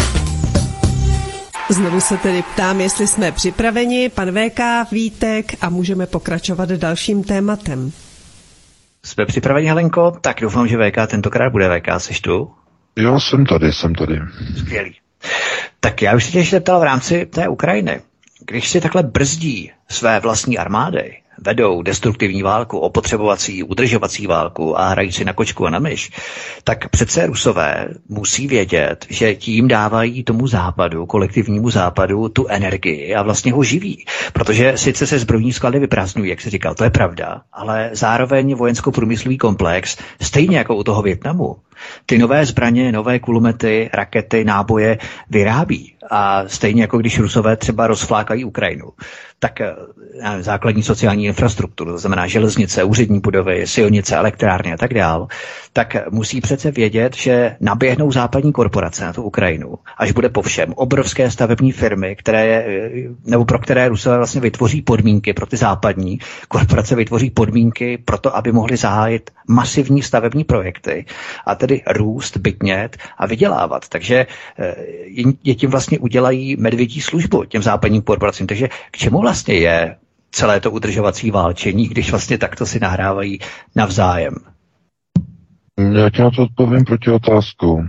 Znovu se tedy ptám, jestli jsme připraveni, pan V K, Vítek, a můžeme pokračovat dalším tématem. Jsme připraveni, Helenko? Tak doufám, že V K tentokrát bude. V K, seš tu? Jo, jsem tady, jsem tady. Skvělý. Tak já už se tě ještě ptal v rámci té Ukrajiny. Když si takhle brzdí své vlastní armády, vedou destruktivní válku, opotřebovací, udržovací válku a hrají si na kočku a na myš, tak přece Rusové musí vědět, že tím dávají tomu západu, kolektivnímu západu, tu energii a vlastně ho živí. Protože sice se zbrojní sklady vyprázdňují, jak jsi říkal, to je pravda, ale zároveň vojensko-průmyslový komplex, stejně jako u toho Vietnamu, ty nové zbraně, nové kulomety, rakety, náboje vyrábí. A stejně jako když Rusové třeba rozflákají Ukrajinu, tak nevím, základní sociální infrastrukturu, to znamená železnice, úřední budovy, silnice, elektrárny a tak dál, tak musí přece vědět, že naběhnou západní korporace na tu Ukrajinu, až bude po všem obrovské stavební firmy, které, nebo pro které Rusové vlastně vytvoří podmínky, pro ty západní korporace vytvoří podmínky pro to, aby mohly zahájit masivní stavební projekty a tedy růst, bytnět a vydělávat. Takže je tím vlastně udělají medvědí službu těm západním korporacím. Takže k čemu vlastně je celé to udržovací válčení, když vlastně takto si nahrávají navzájem? Já ti na to odpovím proti otázku. E,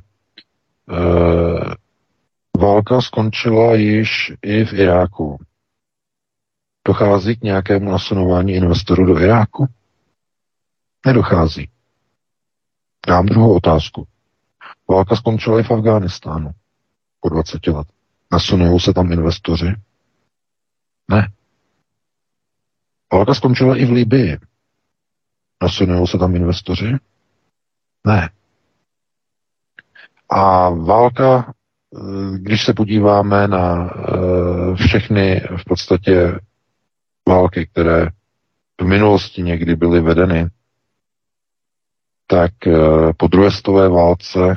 válka skončila již i v Iráku. Dochází k nějakému nasunování investorů do Iráku? Nedochází. Dám druhou otázku. Válka skončila i v Afghánistánu po dvaceti let. Nasunují se tam investoři? Ne. Válka skončila i v Libyi. Nasunují se tam investoři? Ne. A válka, když se podíváme na všechny v podstatě války, které v minulosti někdy byly vedeny, tak po druhé světové válce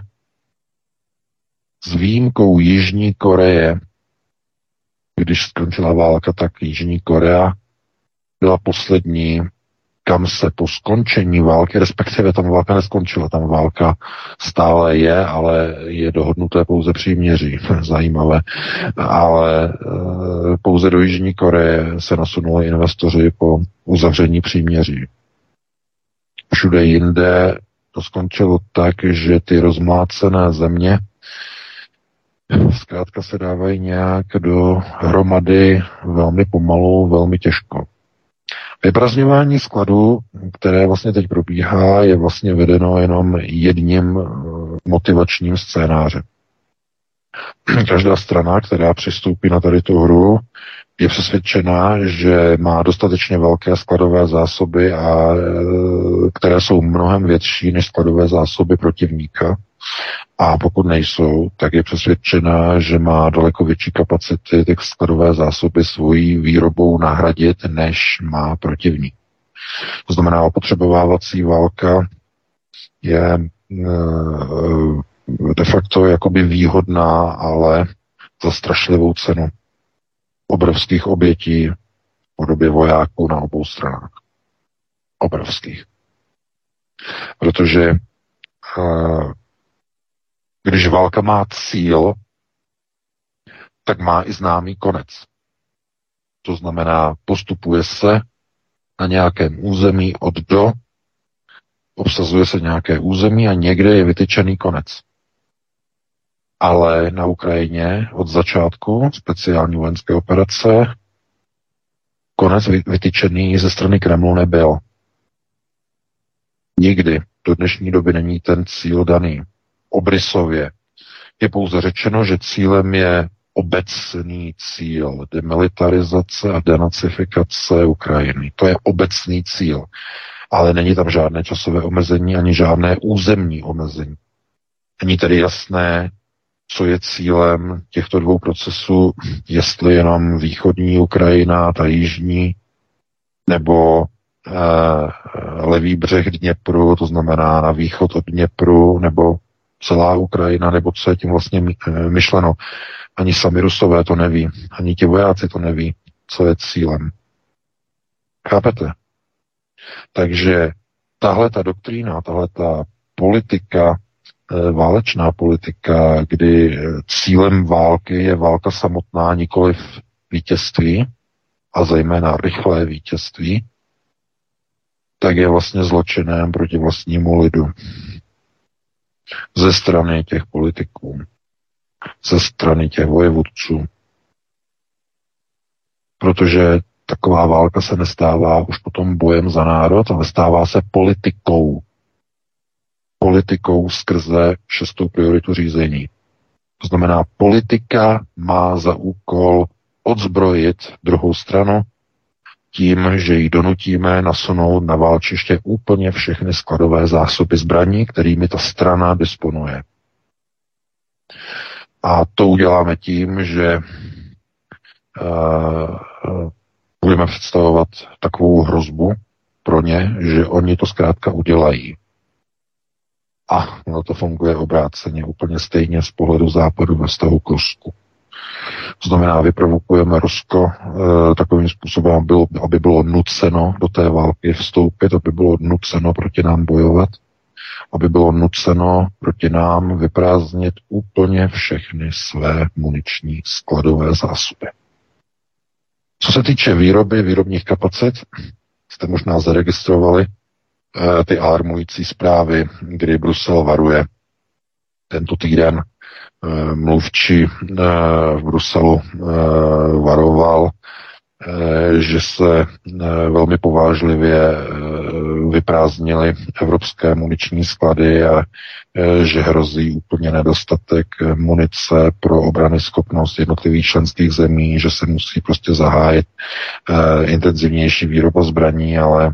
s výjimkou Jižní Koreje, když skončila válka, tak Jižní Korea byla poslední, kam se po skončení války, respektive tam válka neskončila, tam válka stále je, ale je dohodnuté pouze příměří, zajímavé, ale e, pouze do Jižní Koreje se nasunuli investoři po uzavření příměří. Všude jinde to skončilo tak, že ty rozmlácené země zkrátka se dávají nějak do hromady velmi pomalu, velmi těžko. Vyprazňování skladů, které vlastně teď probíhá, je vlastně vedeno jenom jedním motivačním scénářem. Každá strana, která přistoupí na tady tu hru, je přesvědčená, že má dostatečně velké skladové zásoby, a, které jsou mnohem větší než skladové zásoby protivníka. A pokud nejsou, tak je přesvědčená, že má daleko větší kapacity ty skladové zásoby svojí výrobou nahradit, než má protivník. To znamená, opotřebovávací válka je de facto jakoby výhodná, ale za strašlivou cenu obrovských obětí v podobě vojáků na obou stranách. Obrovských. Protože když válka má cíl, tak má i známý konec. To znamená, postupuje se na nějakém území od do, obsazuje se nějaké území a někde je vytyčený konec. Ale na Ukrajině od začátku speciální vojenské operace konec vytyčený ze strany Kremlu nebyl. Nikdy do dnešní doby není ten cíl daný. obrysově. Je pouze řečeno, že cílem je obecný cíl demilitarizace a denacifikace Ukrajiny. To je obecný cíl. Ale není tam žádné časové omezení ani žádné územní omezení. Není tedy jasné, co je cílem těchto dvou procesů, jestli jenom východní Ukrajina, ta jižní, nebo eh, levý břeh Dněpru, to znamená na východ od Dněpru, nebo celá Ukrajina, nebo co je tím vlastně myšleno. Ani sami Rusové to neví, ani ti vojáci to neví, co je cílem. Chápete? Takže tahle ta doktrína, tahle ta politika, válečná politika, kdy cílem války je válka samotná, nikoliv vítězství, a zejména rychlé vítězství, tak je vlastně zločinem proti vlastnímu lidu. Ze strany těch politiků, ze strany těch vojevůdců. Protože taková válka se nestává už potom bojem za národ, ale stává se politikou. Politikou skrze šestou prioritu řízení. To znamená, politika má za úkol odzbrojit druhou stranu tím, že ji donutíme nasunout na válčiště úplně všechny skladové zásoby zbraní, kterými ta strana disponuje. A to uděláme tím, že uh, budeme představovat takovou hrozbu pro ně, že oni to zkrátka udělají. A no to funguje obráceně, úplně stejně z pohledu západu ve vztahu k Rusku. To znamená, vyprovokujeme Rusko e, takovým způsobem, aby bylo, aby bylo nuceno do té války vstoupit, aby bylo nuceno proti nám bojovat, aby bylo nuceno proti nám vyprázdnit úplně všechny své muniční skladové zásoby. Co se týče výroby, výrobních kapacit, jste možná zaregistrovali e, ty alarmující zprávy, kdy Brusel varuje tento týden. Mluvčí v Bruselu varoval, že se velmi povážlivě vyprázdnily evropské muniční sklady a že hrozí úplně nedostatek munice pro obranyschopnost jednotlivých členských zemí, že se musí prostě zahájit intenzivnější výroba zbraní, ale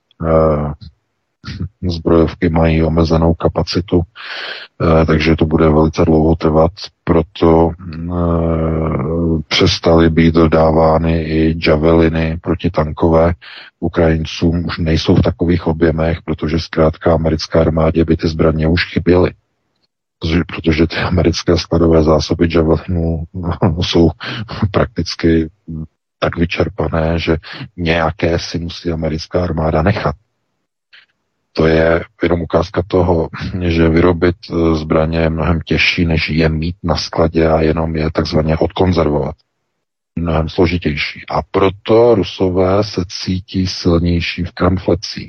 zbrojovky mají omezenou kapacitu, takže to bude velice dlouho trvat, proto přestaly být dodávány i javeliny protitankové. Ukrajincům už nejsou v takových objemech, protože zkrátka americké armádě by ty zbraně už chyběly. Protože ty americké skladové zásoby javelinů jsou prakticky tak vyčerpané, že nějaké si musí americká armáda nechat. To je jenom ukázka toho, že vyrobit zbraně je mnohem těžší, než je mít na skladě a jenom je takzvaně odkonzervovat. Mnohem složitější. A proto Rusové se cítí silnější v kramflecích.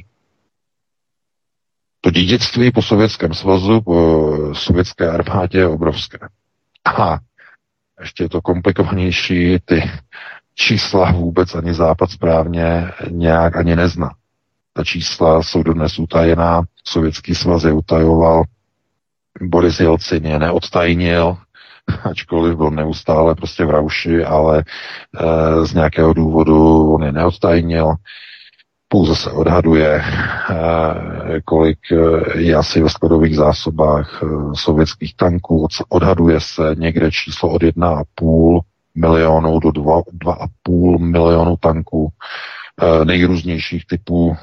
To dědictví po Sovětském svazu, po sovětské armádě je obrovské. A ještě je to komplikovanější, ty čísla vůbec ani Západ správně nějak ani nezná. Ta čísla jsou dodnes utajená, Sovětský svaz je utajoval, Boris Jelcin je neodtajnil, ačkoliv byl neustále prostě v rauši, ale e, z nějakého důvodu on je neodtajnil. Pouze se odhaduje, e, kolik je asi ve skladových zásobách e, sovětských tanků. Odhaduje se někde číslo od jedna a půl milionu do dva a půl milionu tanků nejrůznějších typů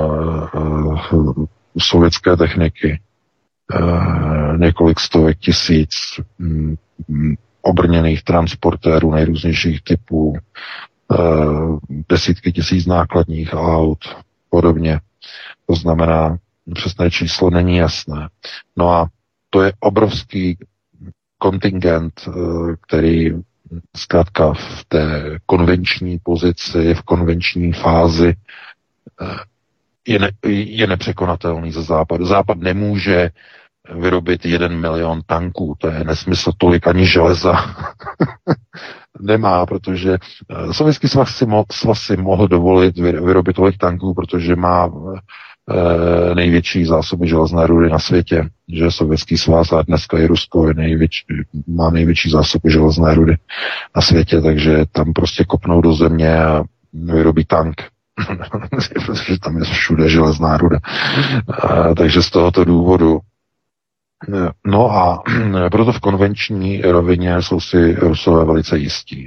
sovětské techniky, několik stovek tisíc obrněných transportérů nejrůznějších typů, desítky tisíc nákladních aut, podobně. To znamená, přesné číslo není jasné. No a to je obrovský kontingent, který zkrátka v té konvenční pozici, v konvenční fázi je, ne, je nepřekonatelný za Západ. Západ nemůže vyrobit jeden milion tanků, to je nesmysl, tolik ani železa nemá, protože Sovětský svaz si, mo, svaz si mohl dovolit vyrobit tolik tanků, protože má e, největší zásoby železné rudy na světě, že Sovětský svaz a dneska i Rusko je největší, má největší zásoby železné rudy na světě, takže tam prostě kopnou do země a vyrobí tank. Protože tam je všude železná ruda. E, takže z tohoto důvodu. No a proto v konvenční rovině jsou si Rusové velice jistí.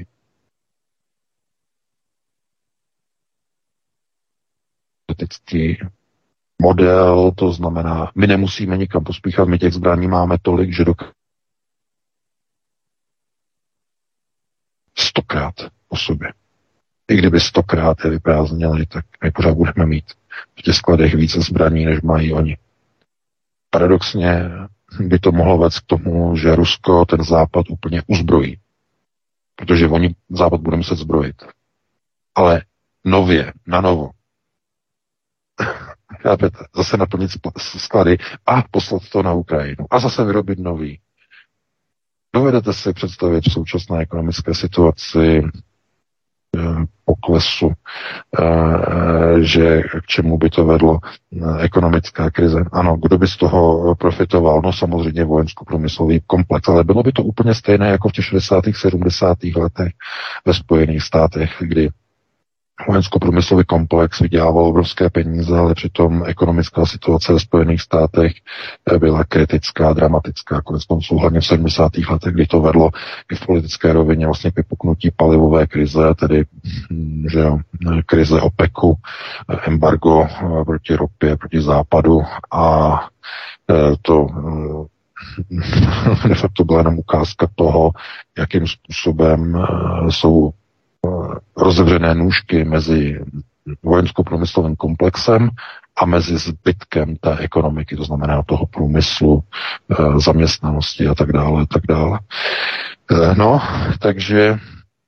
Politický model, to znamená, my nemusíme nikam pospíchat, my těch zbraní máme tolik, že dokážeme stokrát po sobě. I kdyby stokrát je vyprázdnili, tak my pořád budeme mít v těch skladech více zbraní, než mají oni. Paradoxně by to mohlo vést k tomu, že Rusko ten západ úplně uzbrojí. Protože oni západ bude muset zbrojit. Ale nově, na novo. Chápete? Zase naplnit sklady a poslat to na Ukrajinu. A zase vyrobit nový. Dovedete si představit v současné ekonomické situaci poklesu, že k čemu by to vedlo ekonomická krize. Ano, kdo by z toho profitoval? No samozřejmě vojensko-průmyslový komplex, ale bylo by to úplně stejné jako v těch šedesátých sedmdesátých letech ve Spojených státech, kdy vojensko-průmyslový komplex vydělával obrovské peníze, ale přitom ekonomická situace ve Spojených státech byla kritická, dramatická. Konec konců hlavně v sedmdesátých letech, kdy to vedlo i v politické rovině vlastně k vypuknutí palivové krize, tedy že jo, krize OPECu, embargo proti ropě, proti západu a to de facto byla jenom ukázka toho, jakým způsobem jsou rozevřené nůžky mezi vojensko-průmyslovým komplexem a mezi zbytkem té ekonomiky, to znamená toho průmyslu, zaměstnanosti a tak dále, a tak dále. No, takže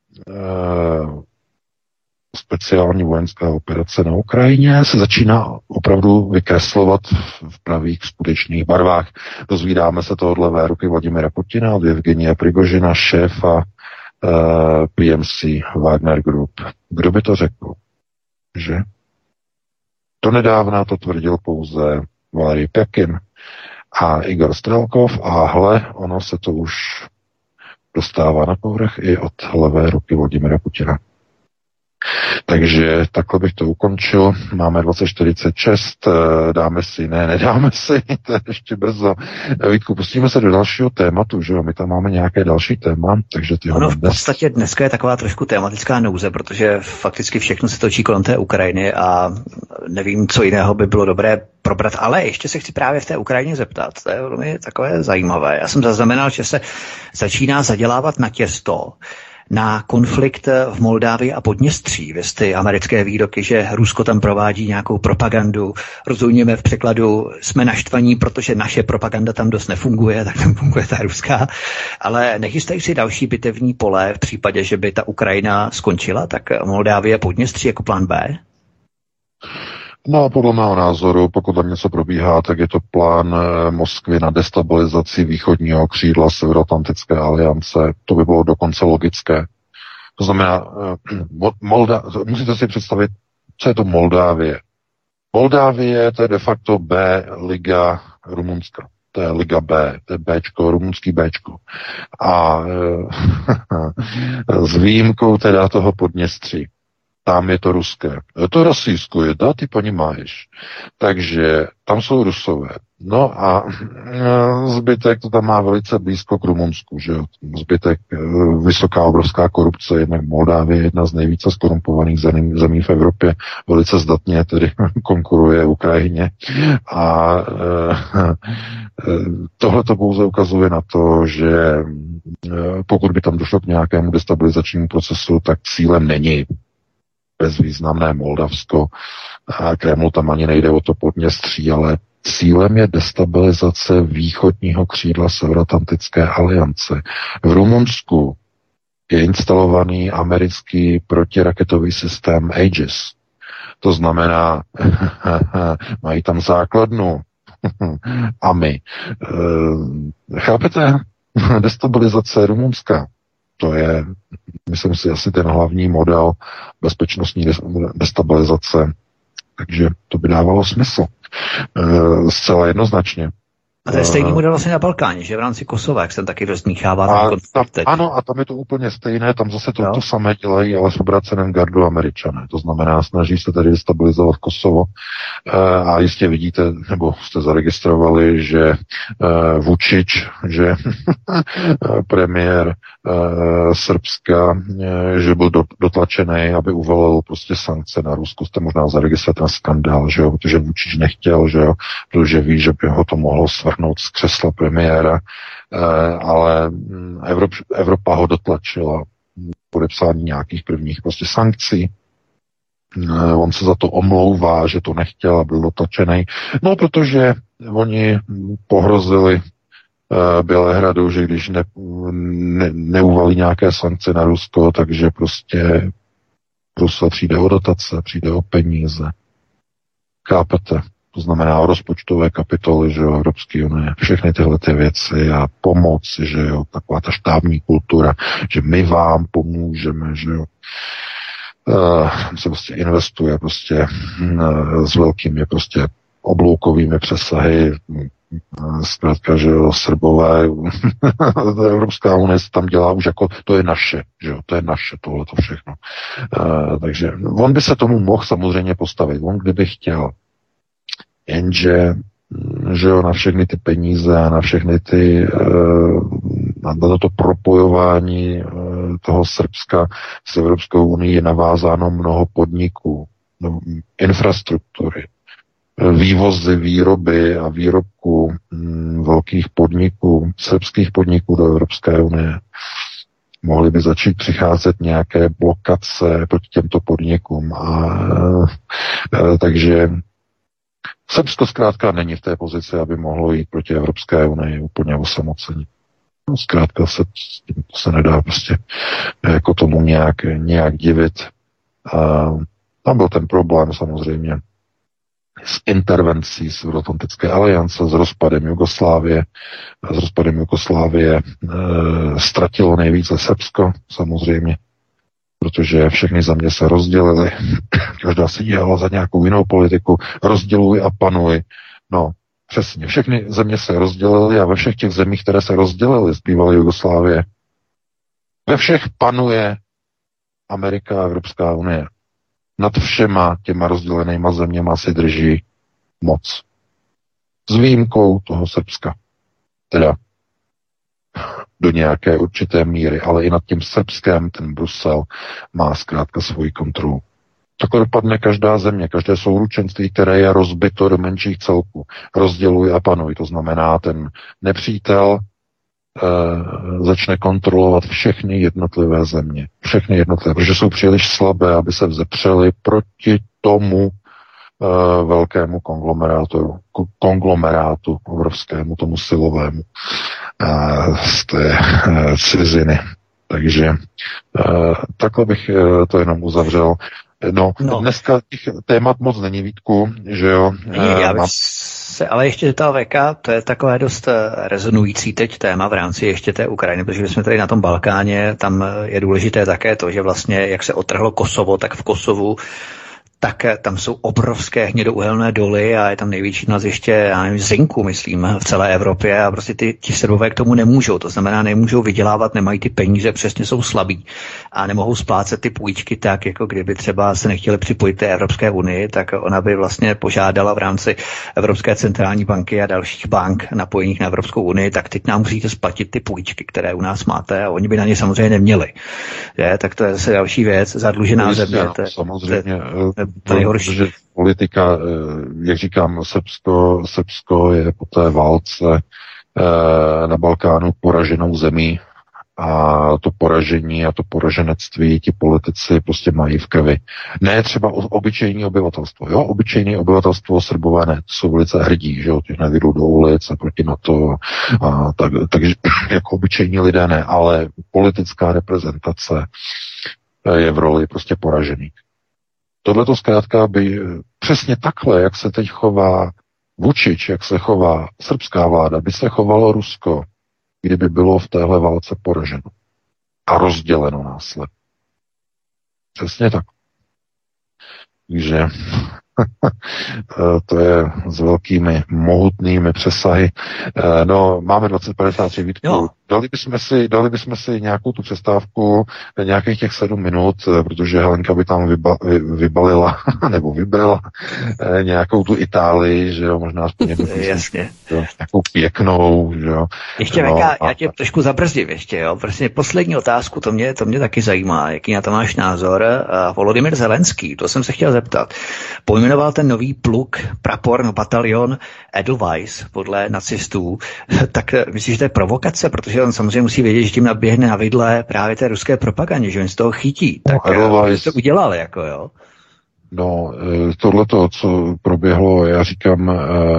speciální vojenská operace na Ukrajině se začíná opravdu vykreslovat v pravých skutečných barvách. Dozvídáme se to od levé ruky Vladimira Putina, od Evgenia Prigožina, šéfa P M C Wagner Group. Kdo by to řekl? Že? To nedávna to tvrdil pouze Valery Pjakin a Igor Strelkov a hle, ono se to už dostává na povrch i od levé ruky Vladimira Putina. Takže takhle bych to ukončil. Máme dvacet čtyřicet šest, dáme si, ne, nedáme si, to je ještě brzo. Vítku, pustíme se do dalšího tématu, že jo, my tam máme nějaké další téma, takže ty Ono v podstatě dneska je taková trošku tématická nouze, protože fakticky všechno se točí kolem té Ukrajiny a nevím, co jiného by bylo dobré probrat, ale ještě se chci právě v té Ukrajině zeptat, to je velmi takové zajímavé. Já jsem zaznamenal, že se začíná zadělávat na těsto na konflikt v Moldávii a Podněstří. Vy ty americké výroky, že Rusko tam provádí nějakou propagandu. Rozumíme v překladu, jsme naštvaní, protože naše propaganda tam dost nefunguje, tak tam funguje ta ruská. Ale nechystají si další bitevní pole v případě, že by ta Ukrajina skončila, tak Moldávie a Podněstří jako plán B? No, podle mého názoru, pokud tam něco probíhá, tak je to plán Moskvy na destabilizaci východního křídla Severoatlantické aliance. To by bylo dokonce logické. To znamená, Molda, musíte si představit, co je to Moldávie. Moldávie, to je de facto B liga Rumunska. To je liga B, to je Bčko, rumunský Bčko. A s výjimkou teda toho Podněstří. Tam je to ruské. To rasijské, da, ty ponímáš. Takže tam jsou Rusové. No a zbytek to tam má velice blízko k Rumunsku, že jo. Zbytek, vysoká obrovská korupce, jednak Moldávie, jedna z nejvíce skorumpovaných zemí, zemí v Evropě, velice zdatně tedy konkuruje Ukrajině. A tohle to pouze ukazuje na to, že pokud by tam došlo k nějakému destabilizačnímu procesu, tak cílem není bezvýznamné Moldavsko. A Kremlu tam ani nejde o to Podněstří, ale cílem je destabilizace východního křídla Severoatlantické aliance. V Rumunsku je instalovaný americký protiraketový systém Aegis. To znamená, mají tam základnu a my. Chápete? Destabilizace Rumunska. To je, myslím si, asi ten hlavní model bezpečnostní destabilizace. Takže to by dávalo smysl. Zcela jednoznačně. A to je stejný model vlastně na Balkáně, že v rámci Kosova, jak se tam taky rozdmíchává ten konflikt teď. Ano, a tam je to úplně stejné, tam zase to, to samé dělají, ale v obráceném gardu Američané. To znamená, snaží se tady stabilizovat Kosovo. A jistě vidíte, nebo jste zaregistrovali, že Vučić, že premiér Srbska, že byl dotlačený, aby uvalil prostě sankce na Rusko. Jste možná zaregistrovali ten skandál, že jo, protože Vučić nechtěl, že jo, protože ví, že by ho to mohlo svrhnout z křesla premiéra, ale Evrop, Evropa ho dotlačila podepsání nějakých prvních prostě sankcí. On se za to omlouvá, že to nechtěl a byl dotlačený. No, protože oni pohrozili Bělehradu, že když ne, ne, neuvalí nějaké sankce na Rusko, takže prostě Brusel přijde o dotace, přijde o peníze. Chápete? To znamená o rozpočtové kapitoly, že jo, Evropské unie, všechny tyhle ty věci a pomoc, že jo, taková ta štábní kultura, že my vám pomůžeme, že jo. Uh, se prostě investuje prostě uh, s velkými prostě obloukovými přesahy, zkrátka, že jo, Srbové, Evropská unie se tam dělá už jako, to je naše, že jo, to je naše, tohle to všechno. Uh, takže on by se tomu mohl samozřejmě postavit, on kdyby chtěl. Jenže, že jo, na všechny ty peníze a na všechny ty, na to propojování toho Srbska s Evropskou unii je navázáno mnoho podniků, infrastruktury, vývozy, výroby a výrobků velkých podniků, srbských podniků do Evropské unie. Mohly by začít přicházet nějaké blokace proti těmto podnikům. A, a takže Srbsko zkrátka není v té pozici, aby mohlo jít proti Evropské unii úplně osamocení. No, zkrátka se, se nedá prostě jako tomu nějak, nějak divit. A tam byl ten problém samozřejmě s intervencí z Euroatlantické aliance, s rozpadem Jugoslávie. S rozpadem Jugoslávie e, ztratilo nejvíce Srbsko, samozřejmě, protože všechny země se rozdělily, každá si dělala za nějakou jinou politiku, rozděluj a panuj. No, přesně, všechny země se rozdělily a ve všech těch zemích, které se rozdělily z bývalé Jugoslávie, ve všech panuje Amerika a Evropská unie. Nad všema těma rozdělenýma zeměma si drží moc. S výjimkou toho Srbska. Teda do nějaké určité míry, ale i nad tím Srbskem ten Brusel má zkrátka svoji kontrolu. Takhle dopadne každá země, každé souručenství, které je rozbito do menších celků. Rozděluj a panuj. To znamená, ten nepřítel e, začne kontrolovat všechny jednotlivé země. Všechny jednotlivé, protože jsou příliš slabé, aby se vzepřeli proti tomu e, velkému konglomerátu, konglomerátu obrovskému, tomu silovému z té ciziny. Takže takhle bych to jenom uzavřel. No, no. Dneska těch témat moc není, Vítku, že jo? Já bych se ale ještě ta V K, to je takové dost rezonující teď téma v rámci ještě té Ukrajiny, protože jsme tady na tom Balkáně, tam je důležité také to, že vlastně jak se otrhlo Kosovo, tak v Kosovu tak tam jsou obrovské hnědouhelné doly a je tam největší naleziště, já nevím, zinku, myslím, v celé Evropě a prostě ty, ti Srbové k tomu nemůžou. To znamená, nemůžou vydělávat, nemají ty peníze, přesně jsou slabí a nemohou splácet ty půjčky tak, jako kdyby třeba se nechtěli připojit té Evropské unii, tak ona by vlastně požádala v rámci Evropské centrální banky a dalších bank napojených na Evropskou unii, tak teď nám musíte splatit ty půjčky, které u nás máte a oni by na ně samozřejmě neměli. Je? Tak to je zase další věc, zadlužená země. Samozřejmě. To nejhorší. Protože politika, jak říkám, Srbsko, Srbsko je po té válce na Balkánu poraženou zemí a to poražení a to poraženectví ti politici prostě mají v krvi. Ne třeba obyčejní obyvatelstvo. Jo, obyčejné obyvatelstvo Srbové ne, jsou velice hrdí, že jo, těch nevyjdou do ulic a proti NATO a tak, takže jako obyčejní lidé ne, ale politická reprezentace je v roli prostě poražených. Tohle to zkrátka by přesně takhle, jak se teď chová Vučić, jak se chová srbská vláda, by se chovalo Rusko, kdyby bylo v téhle válce poraženo a rozděleno následně. Přesně tak. Takže To je s velkými, mohutnými přesahy. No, máme dvacet padesát tři Vítku. No. Dali bychom si, dali bychom si nějakou tu přestávku, nějakých těch sedm minut, protože Helenka by tam vyba, vy, vybalila, nebo vybrala nějakou tu Itálii, že jo, možná aspoň jednu Jasně. Jo, nějakou pěknou, že jo. Ještě no, Veka, a... já tě trošku zabrzdím ještě, jo. Prostě poslední otázku, to mě, to mě taky zajímá, jaký na to máš názor. Uh, Volodymyr Zelenský, to jsem se chtěl zeptat. Pojmenoval ten nový pluk, prapor, no batalion Edelweiss podle nacistů. Tak myslíš, že to je provokace, protože on samozřejmě musí vědět, že tím naběhne na vidle právě té ruské propagandě, že on z toho chytí. Tak no, Edelweiss to udělal, jako jo. No, tohleto, co proběhlo, já říkám,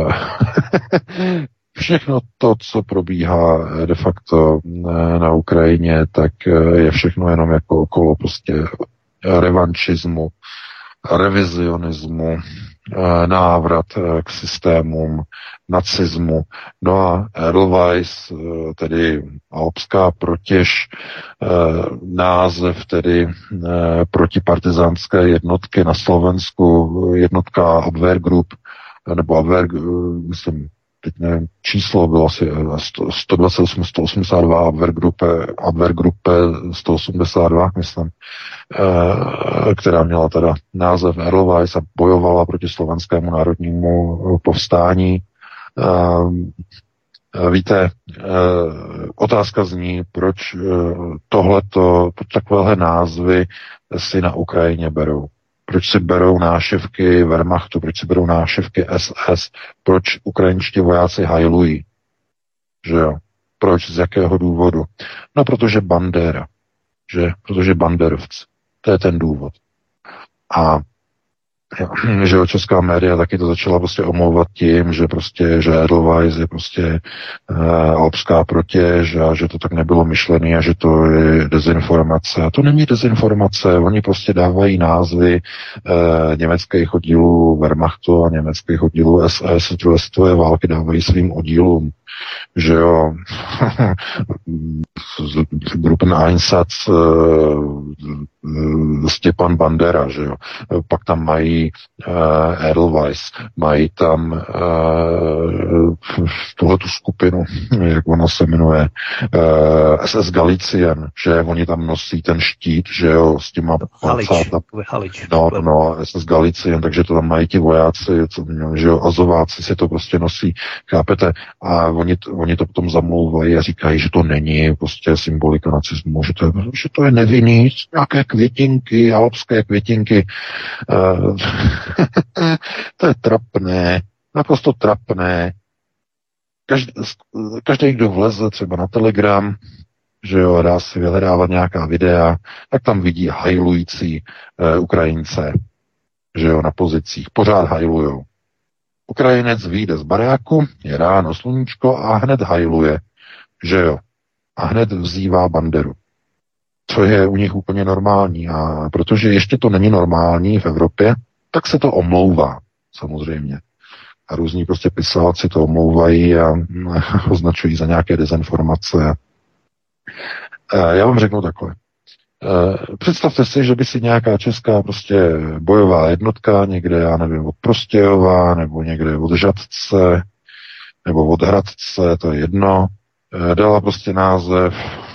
všechno to, co probíhá de facto na Ukrajině, tak je všechno jenom jako okolo prostě revanšismu, revizionismu, návrat k systémům nacismu. No a Edelweiss, tedy alpská protěž, název tedy protipartizánské jednotky na Slovensku, jednotka Abwehrgrupp, nebo Abwehr, myslím, teď nevím, číslo bylo asi sto dvacet osm, sto osmdesát dva, Abwehrgruppe, Abwehrgruppe sto osmdesát dva, myslím, která měla teda název Edelweiss a bojovala proti slovenskému národnímu povstání. Víte, otázka zní, proč tohleto, proč takovéhle názvy si na Ukrajině berou. Proč si berou nášivky Wehrmachtu, proč si berou nášivky S S, proč ukrajinští vojáci hajlují, že jo? Proč, z jakého důvodu? No, protože Bandera, že? Protože banderovci. To je ten důvod. A že jo, česká média taky to začala prostě omlouvat tím, že prostě, že Edelweiss je prostě uh, alpská protěž a že to tak nebylo myšlené a že to je dezinformace. A to není dezinformace, oni prostě dávají názvy uh, německých oddílů Wehrmachtu a německých oddílů S S druhé světové války dávají svým oddílům. Že jo, Gruppeneinsatz uh, Stepan Bandera, že jo. Pak tam mají uh, Edelweiss, mají tam uh, tuhletu skupinu, jak ona se jmenuje, uh, S S Galicien, že oni tam nosí ten štít, že jo, s těma pancátama. No, no, S S Galicien, takže to tam mají ti vojáci, co, že jo, azováci si to prostě nosí, chápete? A oni, oni to potom zamlouvají a říkají, že to není prostě symbolika nacismu, že to je, že to je nevinný, nějaké květinky, alpské květinky. Uh, to je trapné, naprosto trapné. Každý, každý, kdo vleze třeba na Telegram, že jo, dá si vyhledávat nějaká videa, tak tam vidí hajlující uh, Ukrajince, že jo, na pozicích. Pořád hajlujou. Ukrajinec vyjde z baráku, je ráno sluníčko a hned hajluje, že jo. A hned vzývá banderu. To je u nich úplně normální. A protože ještě to není normální v Evropě, tak se to omlouvá, samozřejmě. A různí prostě pisálci to omlouvají a označují za nějaké dezinformace. Já vám řeknu takhle. Představte si, že by si nějaká česká prostě bojová jednotka někde, já nevím, od Prostějova, nebo někde od Žadce, nebo od Hradce, to je jedno, dala prostě název,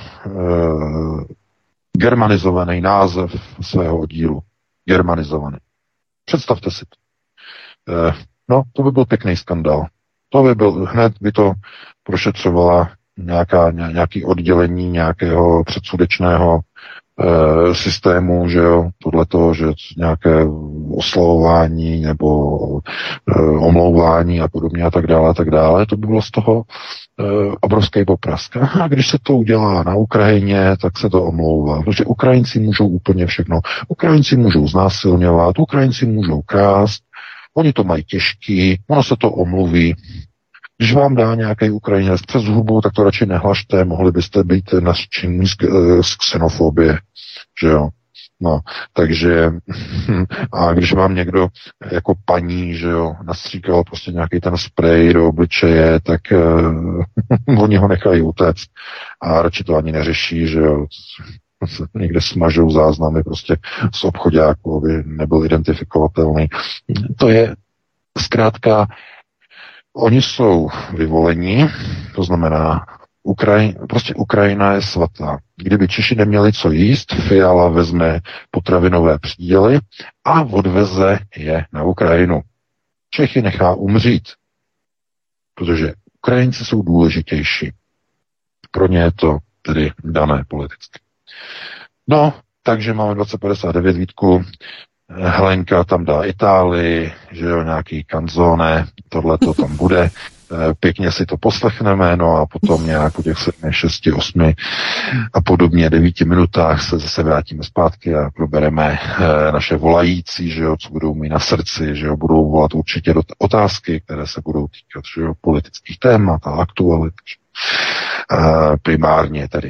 germanizovaný název svého oddílu. Germanizovaný. Představte si to. No, to by byl pěkný skandál. To by byl, hned by to prošetřovala nějaká, nějaký oddělení nějakého předsudečného e, systému, že jo, tohleto, že nějaké oslavování nebo e, omlouvání a podobně a tak dále, a tak dále, to by bylo z toho e, obrovský poprask. A když se to udělá na Ukrajině, tak se to omlouvá, protože Ukrajinci můžou úplně všechno. Ukrajinci můžou znásilňovat, Ukrajinci můžou krást, oni to mají těžký, ono se to omluví. Když vám dá nějaký Ukrajinec přes hubu, tak to radši nehlašte, mohli byste být nařčení z, z xenofobie, že jo. No, takže a když vám někdo jako paní, že jo, nastříkal prostě nějaký ten sprej do obličeje, tak uh, oni ho nechají utéct a radši to ani neřeší, že jo. se někde smažou záznamy prostě z obchodáků, aby nebyl identifikovatelný. To je zkrátka, oni jsou vyvolení, to znamená, Ukraj, prostě Ukrajina je svatá. Kdyby Češi neměli co jíst, Fiala vezme potravinové příděly a odveze je na Ukrajinu. Čechy nechá umřít, protože Ukrajinci jsou důležitější. Pro ně je to tedy dané politicky. No, takže máme dvacet padesát devět, Vítku. Helenka tam dá Itálii, že jo, nějaký kanzone, tohle to tam bude. Pěkně si to poslechneme, no a potom nějak po těch sedmi, šesti, osmi a podobně devíti minutách se zase vrátíme zpátky a probereme e, naše volající, že jo, co budou mít na srdci, že jo, budou volat určitě do otázky, které se budou týkat, že jo, politických témat a aktualit. E, primárně tedy.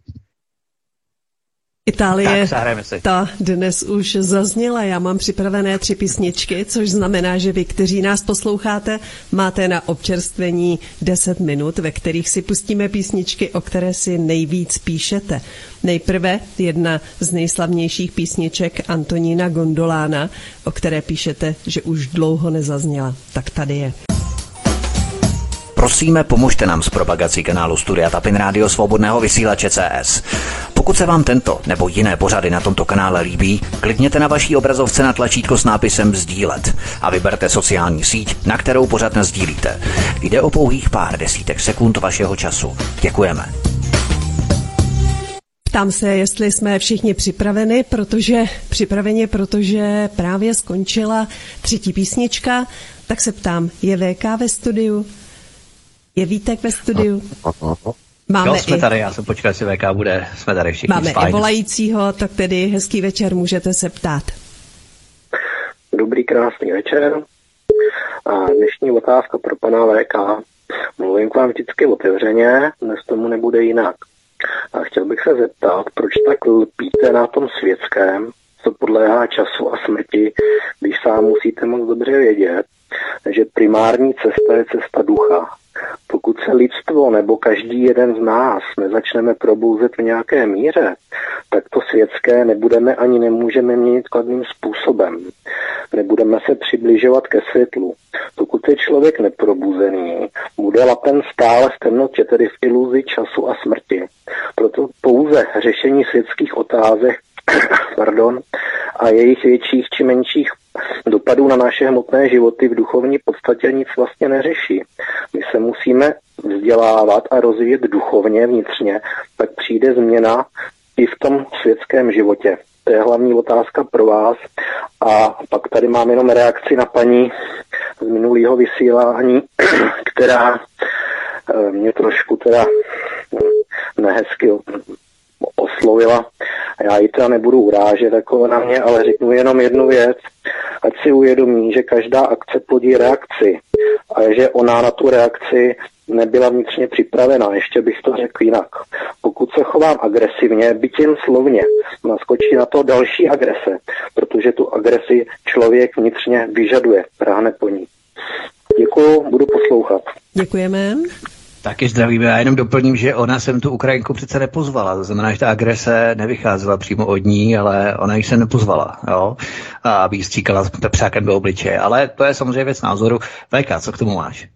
Itálie, ta dnes už zazněla. Já mám připravené tři písničky, což znamená, že vy, kteří nás posloucháte, máte na občerstvení deset minut, ve kterých si pustíme písničky, o které si nejvíc píšete. Nejprve jedna z nejslavnějších písniček Antonína Gondolána, o které píšete, že už dlouho nezazněla. Tak tady je. Prosíme, pomožte nám s propagací kanálu Studia Tapin Rádio Svobodného vysílače C S. Pokud se vám tento nebo jiné pořady na tomto kanále líbí, klikněte na vaší obrazovce na tlačítko s nápisem sdílet a vyberte sociální síť, na kterou pořad nasdílíte. Jde o pouhých pár desítek sekund vašeho času. Děkujeme. Ptám se, jestli jsme všichni připraveni, protože připraveni, protože právě skončila třetí písnička, tak se ptám, je V K ve studiu? Je Vítek ve studiu? Máme jo, jsme i... tady, já jsem počkal, jestli V K bude, jsme tady všichni. Máme i volajícího, tak tedy hezký večer, můžete se ptát. Dobrý, krásný večer. A dnešní otázka pro pana V K. Mluvím k vám vždycky otevřeně, dnes tomu nebude jinak. A chtěl bych se zeptat, proč tak lpíte na tom světském, co podléhá času a smrti, když sám musíte moc dobře vědět, že primární cesta je cesta ducha. Pokud se lidstvo nebo každý jeden z nás nezačneme probouzet v nějaké míře, tak to světské nebudeme ani nemůžeme měnit kladným způsobem. Nebudeme se přibližovat ke světlu. Pokud je člověk neprobuzený, bude lapen stále v temnotě, tedy v iluzi času a smrti. Proto pouze řešení světských otázek pardon, a jejich větších či menších dopadů na naše hmotné životy v duchovní podstatě nic vlastně neřeší. My se musíme vzdělávat a rozvíjet duchovně, vnitřně, tak přijde změna i v tom světském životě. To je hlavní otázka pro vás. A pak tady mám jenom reakci na paní z minulého vysílání, která mě trošku teda nehezky oslovila. Já ji teda nebudu urážet jako na mě, ale řeknu jenom jednu věc. Ať si uvědomí, že každá akce plodí reakci a že ona na tu reakci nebyla vnitřně připravená. Ještě bych to řekl jinak. Pokud se chovám agresivně, byť jen slovně, naskočí na to další agrese, protože tu agresi člověk vnitřně vyžaduje, práhne po ní. Děkuju, budu poslouchat. Děkujeme. Taky zdravíme. Já jenom doplním, že ona sem tu Ukrajinku přece nepozvala. To znamená, že ta agrese nevycházela přímo od ní, ale ona ji se nepozvala. Jo? A aby jí stříkala pepřákem do obličeje. Ale to je samozřejmě věc názoru. V K, co k tomu máš?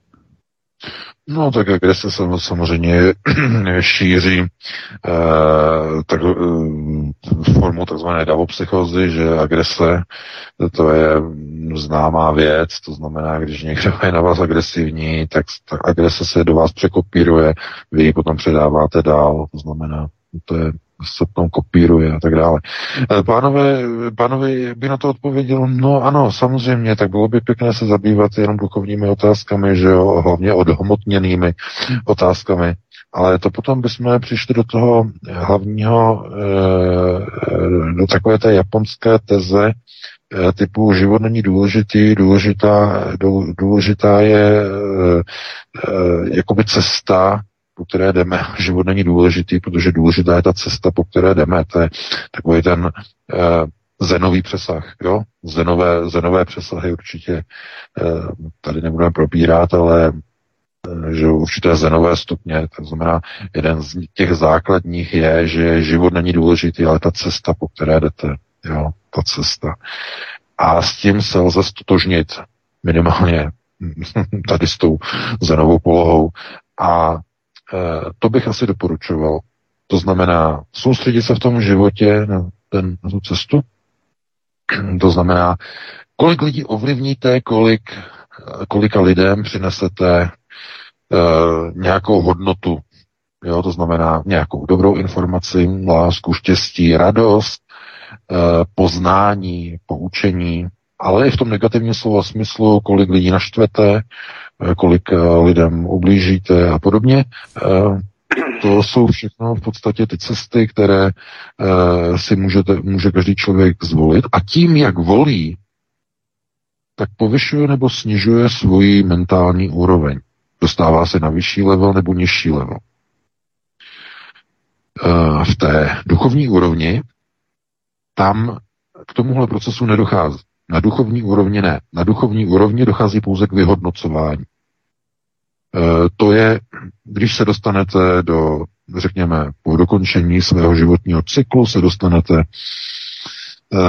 No, tak agrese se samozřejmě šíří eh, tak, eh, formou takzvané davopsychózy, že agrese to je známá věc, to znamená, když někdo je na vás agresivní, tak ta agrese se do vás překopíruje, vy ji potom předáváte dál, to znamená, to je se potom kopíruje a tak dále. Pánové, pánové by na to odpověděl, no ano, samozřejmě, tak bylo by pěkné se zabývat jenom duchovními otázkami, že jo, hlavně odhmotněnými otázkami, ale to potom bychom přišli do toho hlavního, do takové té japonské teze typu život není důležitý, důležitá, důležitá je jakoby cesta, po které jdeme. Život není důležitý, protože důležitá je ta cesta, po které jdeme. To je takový ten uh, zenový přesah. Jo? Zenové, zenové přesahy určitě uh, tady nebudeme probírat, ale že určité zenové stupně, to znamená, jeden z těch základních je, že život není důležitý, ale ta cesta, po které jdete, jo, ta cesta. A s tím se lze stotožnit minimálně tady s tou zenovou polohou. A e, to bych asi doporučoval. To znamená, soustředit se v tom životě na, ten, na tu cestu. To znamená, kolik lidí ovlivníte, kolik, kolika lidem přinesete e, nějakou hodnotu. Jo, to znamená nějakou dobrou informaci, lásku, štěstí, radost, e, poznání, poučení, ale i v tom negativním slova smyslu, kolik lidí naštvete, kolik lidem ublížíte a podobně. To jsou všechno v podstatě ty cesty, které si můžete, může každý člověk zvolit. A tím, jak volí, tak povyšuje nebo snižuje svoji mentální úroveň. Dostává se na vyšší level nebo nižší level. V té duchovní úrovni tam k tomuhle procesu nedochází. Na duchovní úrovni ne. Na duchovní úrovni dochází pouze k vyhodnocování. E, to je, když se dostanete do, řekněme, po dokončení svého životního cyklu, se dostanete e,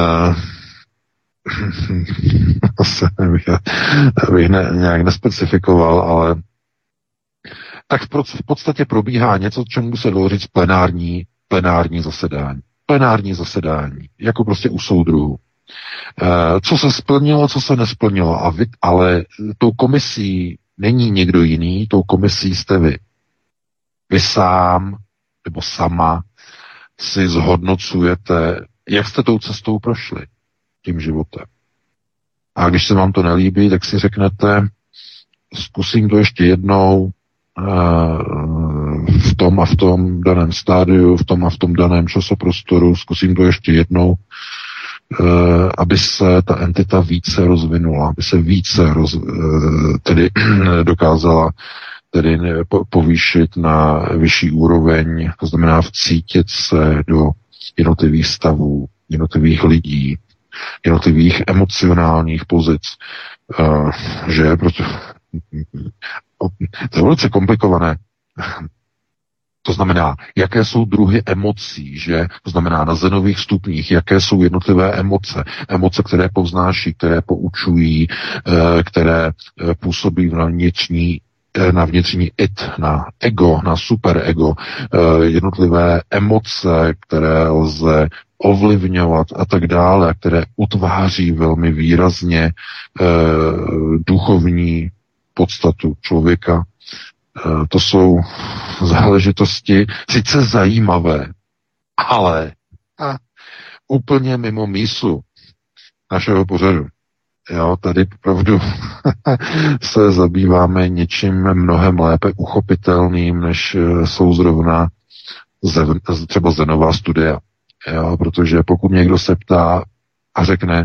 asi bych, bych ne, nějak nespecifikoval, ale tak v podstatě probíhá něco, čemu se dalo říct plenární, plenární zasedání. Plenární zasedání, jako prostě u soudruhů. Co se splnilo, co se nesplnilo, a vy, ale tou komisí není někdo jiný, tou komisí jste vy. Vy sám nebo sama si zhodnocujete, jak jste tou cestou prošli tím životem. A když se vám to nelíbí, tak si řeknete, zkusím to ještě jednou v tom a v tom daném stádiu, v tom a v tom daném časoprostoru, zkusím to ještě jednou, aby se ta entita více rozvinula, aby se více roz, tedy dokázala tedy povýšit na vyšší úroveň, to znamená vcítit se do jednotlivých stavů, jednotlivých lidí, jednotlivých emocionálních pozic, že proto to je velice komplikované. To znamená, jaké jsou druhy emocí, že? To znamená na zenových stupních, jaké jsou jednotlivé emoce. Emoce, které povznáší, které poučují, které působí na vnitřní, na vnitřní id, na ego, na superego. Jednotlivé emoce, které lze ovlivňovat a tak dále, které utváří velmi výrazně duchovní podstatu člověka. To jsou záležitosti sice zajímavé, ale a, úplně mimo mísu našeho pořadu. Jo, tady opravdu se zabýváme něčím mnohem lépe uchopitelným, než jsou zrovna třeba zenová studia. Jo, protože pokud někdo se ptá a řekne,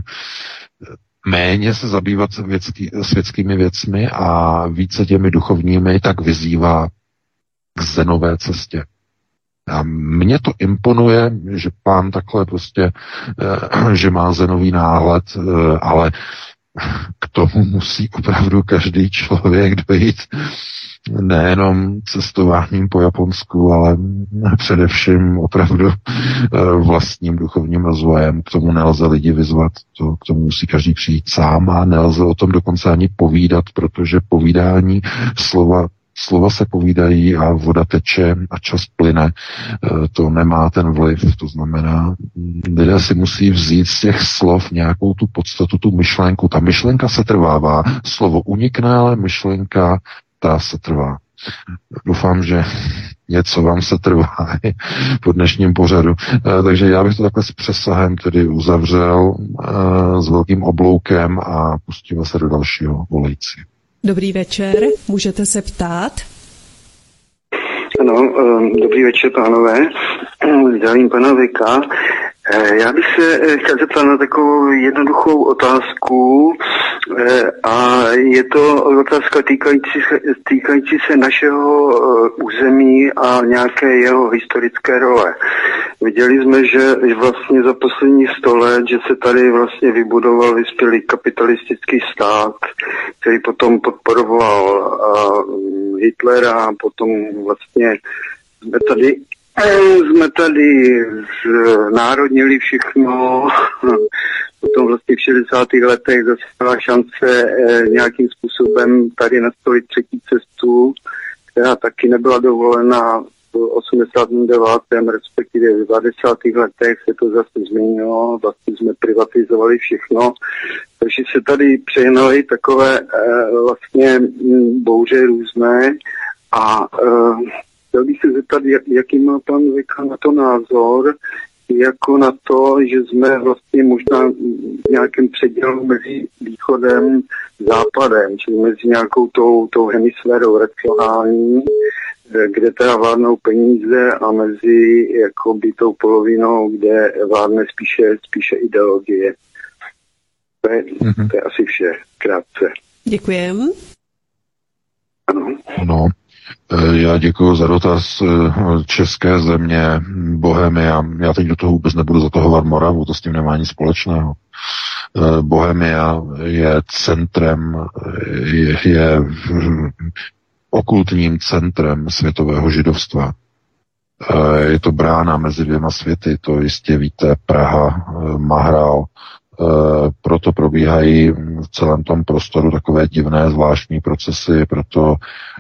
méně se zabývat věcký, světskými věcmi a více těmi duchovními, tak vyzývá k zenové cestě. A mně to imponuje, že pán takhle prostě, že má zenový náhled, ale k tomu musí opravdu každý člověk dojít nejenom cestováním po Japonsku, ale především opravdu vlastním duchovním rozvojem. K tomu nelze lidi vyzvat, to, k tomu musí každý přijít sám a nelze o tom dokonce ani povídat, protože povídání slova Slova se povídají a voda teče a čas plyne. To nemá ten vliv. To znamená, lidé si musí vzít z těch slov nějakou tu podstatu, tu myšlenku. Ta myšlenka se trvává. Slovo unikne, ale myšlenka ta se trvá. Doufám, že něco vám se trvá po dnešním pořadu. Takže já bych to takhle s přesahem tedy uzavřel s velkým obloukem a pustíme se do dalšího volající. Dobrý večer, můžete se ptát? Ano, dobrý večer, pánové. Zdravím pana Veka. Já bych se chtěl zeptat na takovou jednoduchou otázku A je to otázka týkající se, týkající se našeho území a nějaké jeho historické role. Viděli jsme, že vlastně za posledních sto let, že se tady vlastně vybudoval vyspělý kapitalistický stát, který potom podporoval Hitlera, potom vlastně jsme tady jsme tady znárodnili všechno, potom vlastně v šedesátých letech zase byla šance nějakým způsobem tady nastolit třetí cestu, která taky nebyla dovolena v osmdesátém devátém respektive v devadesátých letech se to zase změnilo, vlastně jsme privatizovali všechno, takže se tady přejnaly takové vlastně bouře různé a chtěl bych se zeptat, jaký má pan Veka na to názor, jako na to, že jsme vlastně možná v nějakém předělu mezi východem a západem, čili mezi nějakou tou, tou hemisférou racionální, kde teda vládnou peníze a mezi jakoby tou polovinou, kde vládne spíše, spíše ideologie. To je, mm-hmm. to je asi vše, krátce. Děkujem. Ano. No. Já děkuji za dotaz. České země, Bohemia, já teď do toho vůbec nebudu zatahovat Moravu, to s tím nemá nic společného. Bohemia je centrem, je, je okultním centrem světového židovstva. Je to brána mezi dvěma světy, to jistě víte, Praha, Mahrál, proto probíhají v celém tom prostoru takové divné zvláštní procesy, proto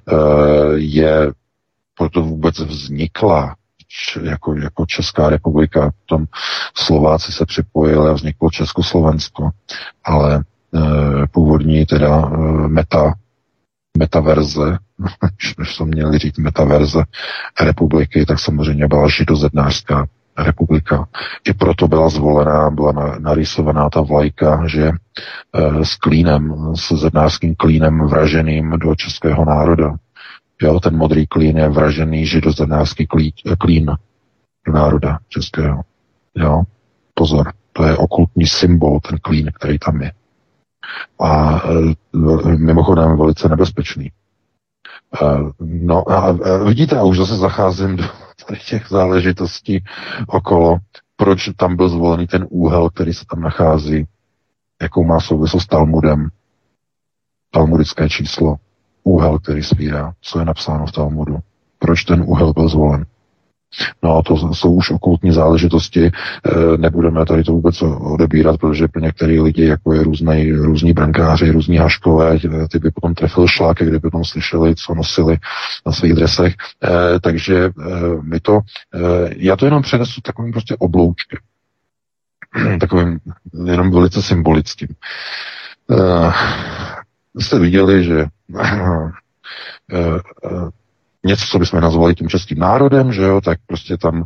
je, proto vůbec vznikla jako, jako Česká republika, potom Slováci se připojili a vzniklo Československo, ale původní teda meta, metaverze, než to měli říct metaverze republiky, tak samozřejmě byla židozednářská republika. I proto byla zvolená, byla narýsovaná ta vlajka, že e, s klínem, s zednářským klínem vraženým do českého národa. Jo, ten modrý klín je vražený židozednářský klín do národa českého. Jo, pozor, to je okultní symbol, ten klín, který tam je. A e, mimochodem velice nebezpečný. E, no a, a vidíte, a už zase zacházím do tady těch záležitostí okolo, proč tam byl zvolený ten úhel, který se tam nachází, jakou má souvislost s Talmudem, talmudické číslo, úhel, který svírá, co je napsáno v Talmudu, proč ten úhel byl zvolen. No a to jsou už okultní záležitosti, nebudeme tady to vůbec odebírat, protože pro některé lidi, jako je různý, různí brankáři, různí haškové, ty by potom trefil šlák, kdyby potom slyšeli, co nosili na svých dresech. Takže my to, já to jenom přenesu takovým prostě obloučkem. Takovým jenom velice symbolickým. Jste viděli, že něco, co bychom nazvali tím českým národem, že jo, tak prostě tam,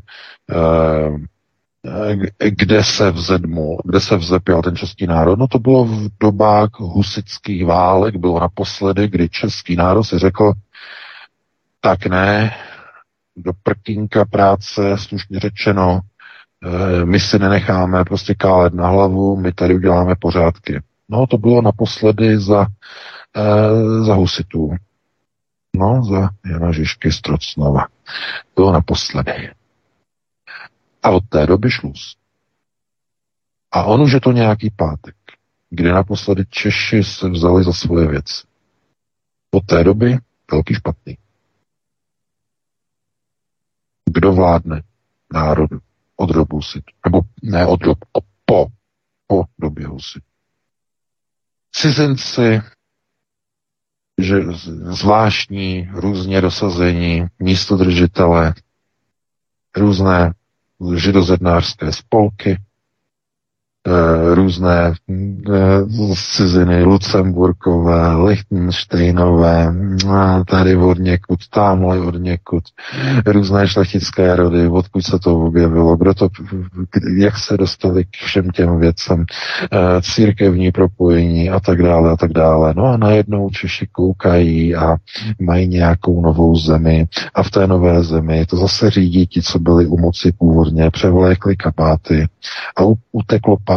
eh, kde se vzedmul, kde se vzepěl ten český národ, no to bylo v dobách husitských válek, bylo naposledy, kdy český národ si řekl, tak ne, do prkínka práce, slušně řečeno, eh, my si nenecháme prostě kálet na hlavu, my tady uděláme pořádky. No to bylo naposledy za, eh, za husitů. No, za Jana Žižky z Trocnova. Bylo naposledy. A od té doby šluz. A on už je to nějaký pátek, kdy naposledy Češi se vzali za svoje věci. Od té doby velký špatný. Kdo vládne národu od dobu Husitu? Nebo ne od dob, o, po, po době Husitu. Cizinci, že zvláštní, různě dosazení, místodržitele, různé židozednářské spolky, různé ciziny Lucemburkové, Lichtensteinové, tady od někud, tamhle od někud, různé šlechtické rody, odkud se to objevilo, kdo to, jak se dostali k všem těm věcem, církevní propojení a tak dále a tak dále. No a najednou Češi koukají a mají nějakou novou zemi a v té nové zemi to zase řídí ti, co byli u moci původně, převlékli kabáty a uteklo pár let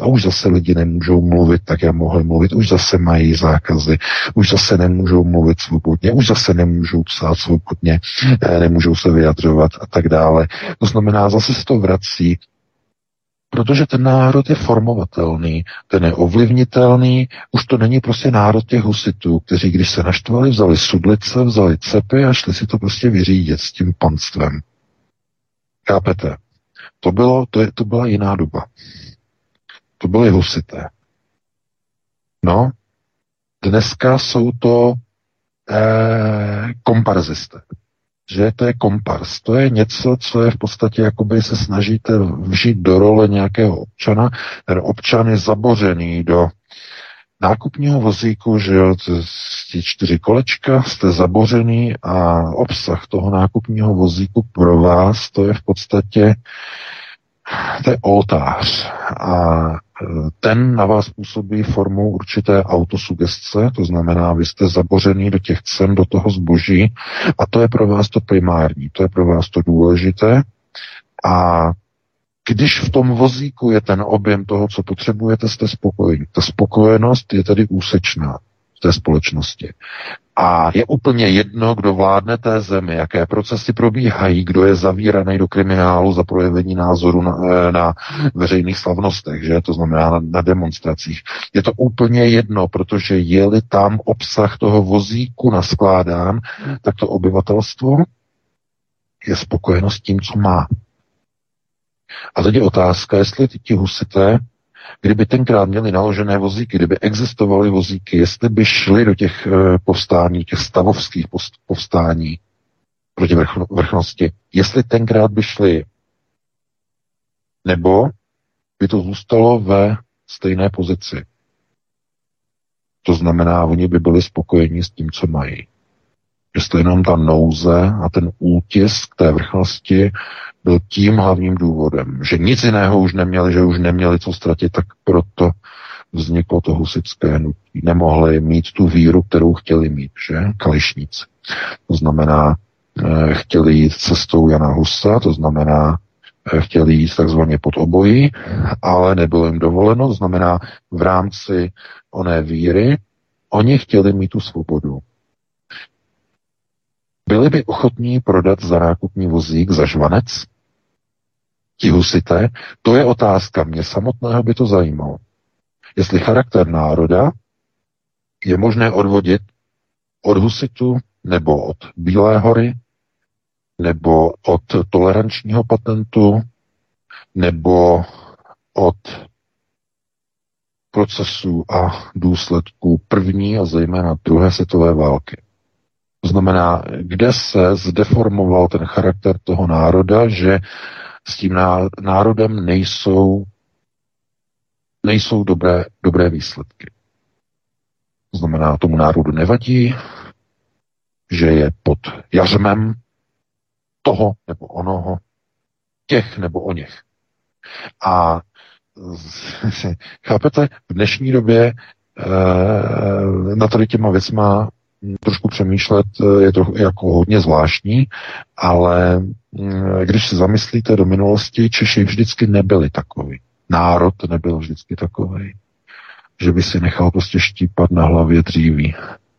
a už zase lidi nemůžou mluvit tak, jak mohli mluvit, už zase mají zákazy, už zase nemůžou mluvit svobodně, už zase nemůžou psát svobodně, nemůžou se vyjadřovat a tak dále. To znamená, zase se to vrací, protože ten národ je formovatelný, ten je ovlivnitelný, už to není prostě národ těch husitů, kteří když se naštvali, vzali sudlice, vzali cepy a šli si to prostě vyřídit s tím panstvem. Chápete? To, bylo, to, je, to byla jiná doba. To byly husité. No, dneska jsou to eh, komparzisté. Že to je kompars. To je něco, co je v podstatě, jakoby se snažíte vžít do role nějakého občana. Ten občan je zabořený do nákupního vozíku, že jo, ty čtyři kolečka, jste zabořený a obsah toho nákupního vozíku pro vás, to je v podstatě to je oltář a ten na vás působí formou určité autosugestce, to znamená, vy jste zabořený do těch cen, do toho zboží a to je pro vás to primární, to je pro vás to důležité a když v tom vozíku je ten objem toho, co potřebujete, jste spokojení. Ta spokojenost je tedy úsečná v té společnosti. A je úplně jedno, kdo vládne té zemi, jaké procesy probíhají, kdo je zavíraný do kriminálu za projevení názoru na, na veřejných slavnostech, že? To znamená na, na demonstracích. Je to úplně jedno, protože je-li tam obsah toho vozíku naskládán, tak to obyvatelstvo je spokojeno s tím, co má. A teď je otázka, jestli ti husité, kdyby tenkrát měli naložené vozíky, kdyby existovaly vozíky, jestli by šli do těch povstání, těch stavovských povstání proti vrchnosti, jestli tenkrát by šli, nebo by to zůstalo ve stejné pozici. To znamená, oni by byli spokojeni s tím, co mají. Jestli jenom ta nouze a ten útisk té vrchnosti byl tím hlavním důvodem, že nic jiného už neměli, že už neměli co ztratit, tak proto vzniklo to husitské hnutí. Nemohli mít tu víru, kterou chtěli mít, že? Kališníci. To znamená, eh, chtěli jít cestou Jana Husa, to znamená, eh, chtěli jít takzvaně pod obojí, ale nebylo jim dovoleno, to znamená, v rámci oné víry, oni chtěli mít tu svobodu. Byli by ochotní prodat za nákupní vozík za žvanec? Ti husité? To je otázka. Mě samotného by to zajímalo. Jestli charakter národa je možné odvodit od husitu, nebo od Bílé hory, nebo od tolerančního patentu, nebo od procesů a důsledků první a zejména druhé světové války. To znamená, kde se zdeformoval ten charakter toho národa, že s tím národem nejsou, nejsou dobré, dobré výsledky. To znamená, tomu národu nevadí, že je pod jařmem toho nebo onoho, těch nebo oněch. A chápete, v dnešní době e, na tady těma věcma trošku přemýšlet je to jako hodně zvláštní, ale když se zamyslíte do minulosti, Češi vždycky nebyli takový. Národ nebyl vždycky takový, že by si nechal prostě štípat na hlavě dříví.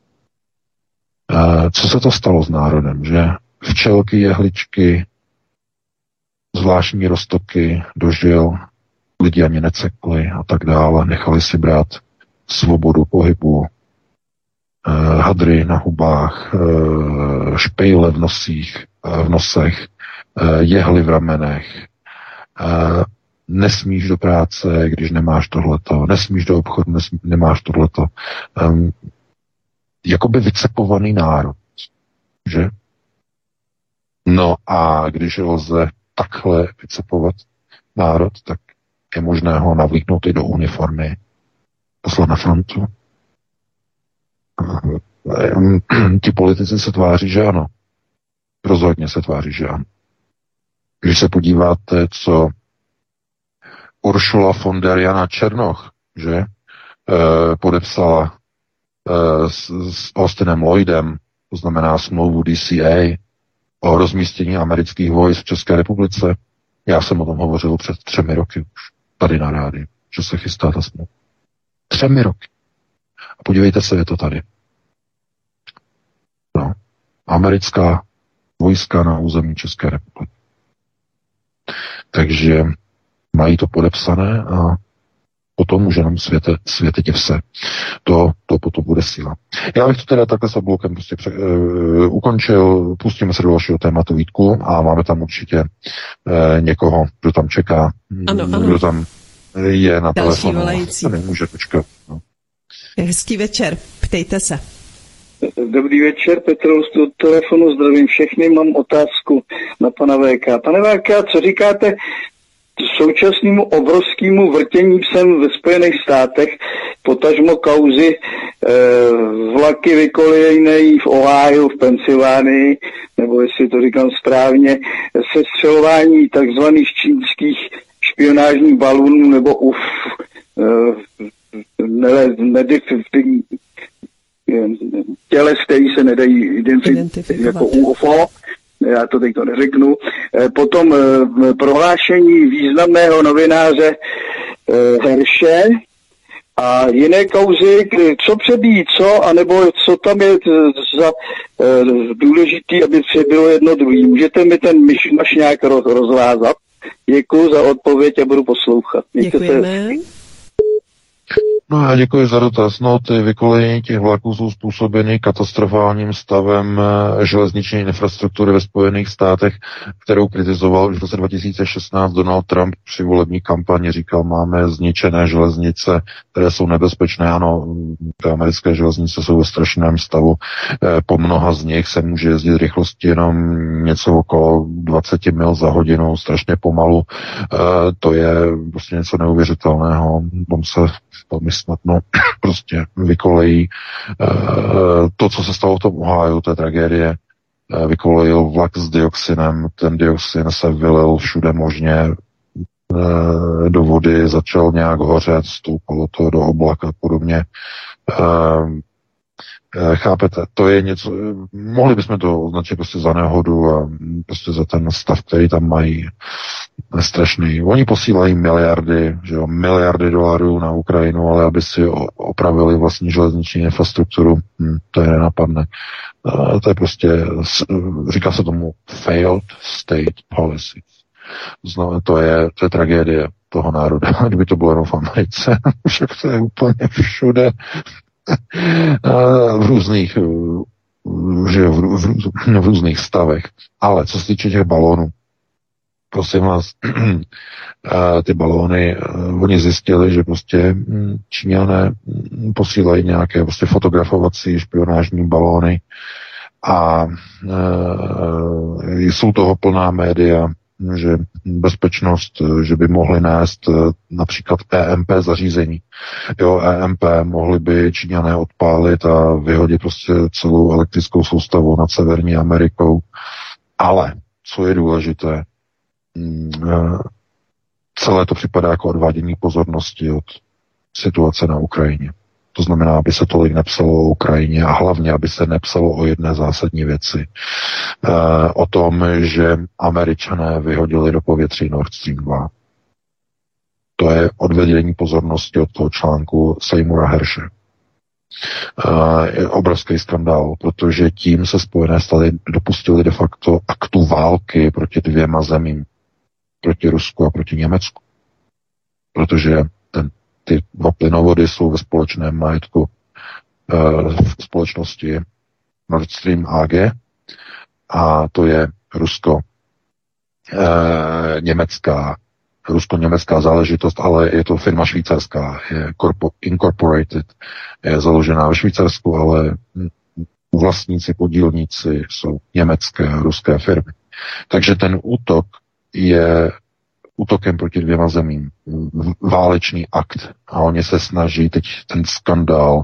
Co se to stalo s národem, že? Včelky, jehličky, zvláštní roztoky dožil, lidi ani necekli a tak dále, nechali si brát svobodu pohybu, hadry na hubách, špejle v nosích, v nosech, jehly v ramenech, nesmíš do práce, když nemáš tohleto, nesmíš do obchodu, nesmí, nemáš tohleto. Um, jakoby vycepovaný národ, že? No a když lze takhle vycepovat národ, tak je možné ho navlíknout i do uniformy, poslat na frontu. Ti politici se tváří, že ano. Rozhodně se tváří, že ano. Když se podíváte, co Ursula von der Jana Černoch, že, e, podepsala e, s, s Austinem Lloydem, to znamená smlouvu D C A o rozmístění amerických vojsk v České republice. Já jsem o tom hovořil před třemi roky už, tady na rádiu, že se chystá ta smlouva. Třemi roky. A podívejte se, je to tady. No. Americká vojska na území České republiky. Takže mají to podepsané a potom už jenom světe, světe div se. To, to potom bude síla. Já bych to teda takhle s blokem prostě pře- uh, ukončil, pustíme se do dalšího tématu, Vítku, a máme tam určitě uh, někoho, kdo tam čeká, ano, ano. kdo tam je na Další telefonu. volající. Nemůže počkat. No. Hezký večer, ptejte se. Dobrý večer, Petr od telefonu, zdravím všechny, mám otázku na pana V K. Pane V K, co říkáte současnému obrovskému vrtění psem ve Spojených státech, potažmo kauzy e, vlaky vykolejnej v Ohio, v Pensylvánii, nebo jestli to říkám správně, sestřelování takzvaných čínských špionážních balónů nebo U F, e, ne, ne, těles, který se nedají identifikovat jako U F O, já to teď to neřeknu. Potom prohlášení významného novináře Herše a jiné kauzy, co přebíjí, co, anebo co tam je za důležitý, aby bylo jedno druhý. Můžete mi ten myšmaš nějak rozvázat? Děkuji za odpověď a budu poslouchat. Mějte Děkujeme. Se. No já děkuji za dotaz. No, ty vykolejení těch vlaků jsou způsobeny katastrofálním stavem železniční infrastruktury ve Spojených státech, kterou kritizoval už v roce dva tisíce šestnáct Donald Trump při volební kampani. Říkal, máme zničené železnice, které jsou nebezpečné. Ano, ty americké železnice jsou ve strašném stavu. Po mnoha z nich se může jezdit rychlosti jenom něco okolo dvacet mil za hodinu, strašně pomalu. To je prostě něco neuvěřitelného. Tam se velmi snadno prostě vykolejí. To, co se stalo v tom Ohio, to je tragédie. Vykolejil vlak s dioxinem, ten dioxin se vylil všude možně do vody, začal nějak hořet, stoupalo to do oblaka a podobně. Chápete, to je něco, mohli bychom to označit prostě za nehodu a prostě za ten stav, který tam mají, strašný. Oni posílají miliardy, že jo, miliardy dolarů na Ukrajinu, ale aby si opravili vlastní železniční infrastrukturu, hm, to je nenapadne. Uh, to je prostě, říká se tomu failed state policy. Znamená, to je, to je tragédie toho národa. Kdyby to bylo jenom v Americe, však to je úplně všude. v různých že v, v, v různých stavech. Ale co se týče těch balónů, prosím vás, ty balóny, oni zjistili, že prostě Číňané posílají nějaké prostě fotografovací špionážní balóny a e, jsou toho plná média, že bezpečnost, že by mohli nést například E M P zařízení. Jo, E M P mohli by Číňané odpálit a vyhodit prostě celou elektrickou soustavu nad Severní Amerikou. Ale, co je důležité, celé to připadá jako odvádění pozornosti od situace na Ukrajině. To znamená, aby se tolik nepsalo o Ukrajině a hlavně, aby se nepsalo o jedné zásadní věci. E, o tom, že Američané vyhodili do povětří Nord Stream dva. To je odvedení pozornosti od toho článku Seymoura Herše. E, je obrovský skandál, protože tím se Spojené státy dopustili de facto aktu války proti dvěma zemím. Proti Rusku a proti Německu. Protože ten ty dva plynovody jsou ve společném majetku v společnosti Nord Stream A G a to je Rusko německá, rusko-německá záležitost, ale je to firma švýcarská, je incorporated, je založená ve Švýcarsku, ale vlastníci, podílníci jsou německé a ruské firmy. Takže ten útok je útokem proti dvěma zemím. Válečný akt. A oni se snaží teď ten skandál uh,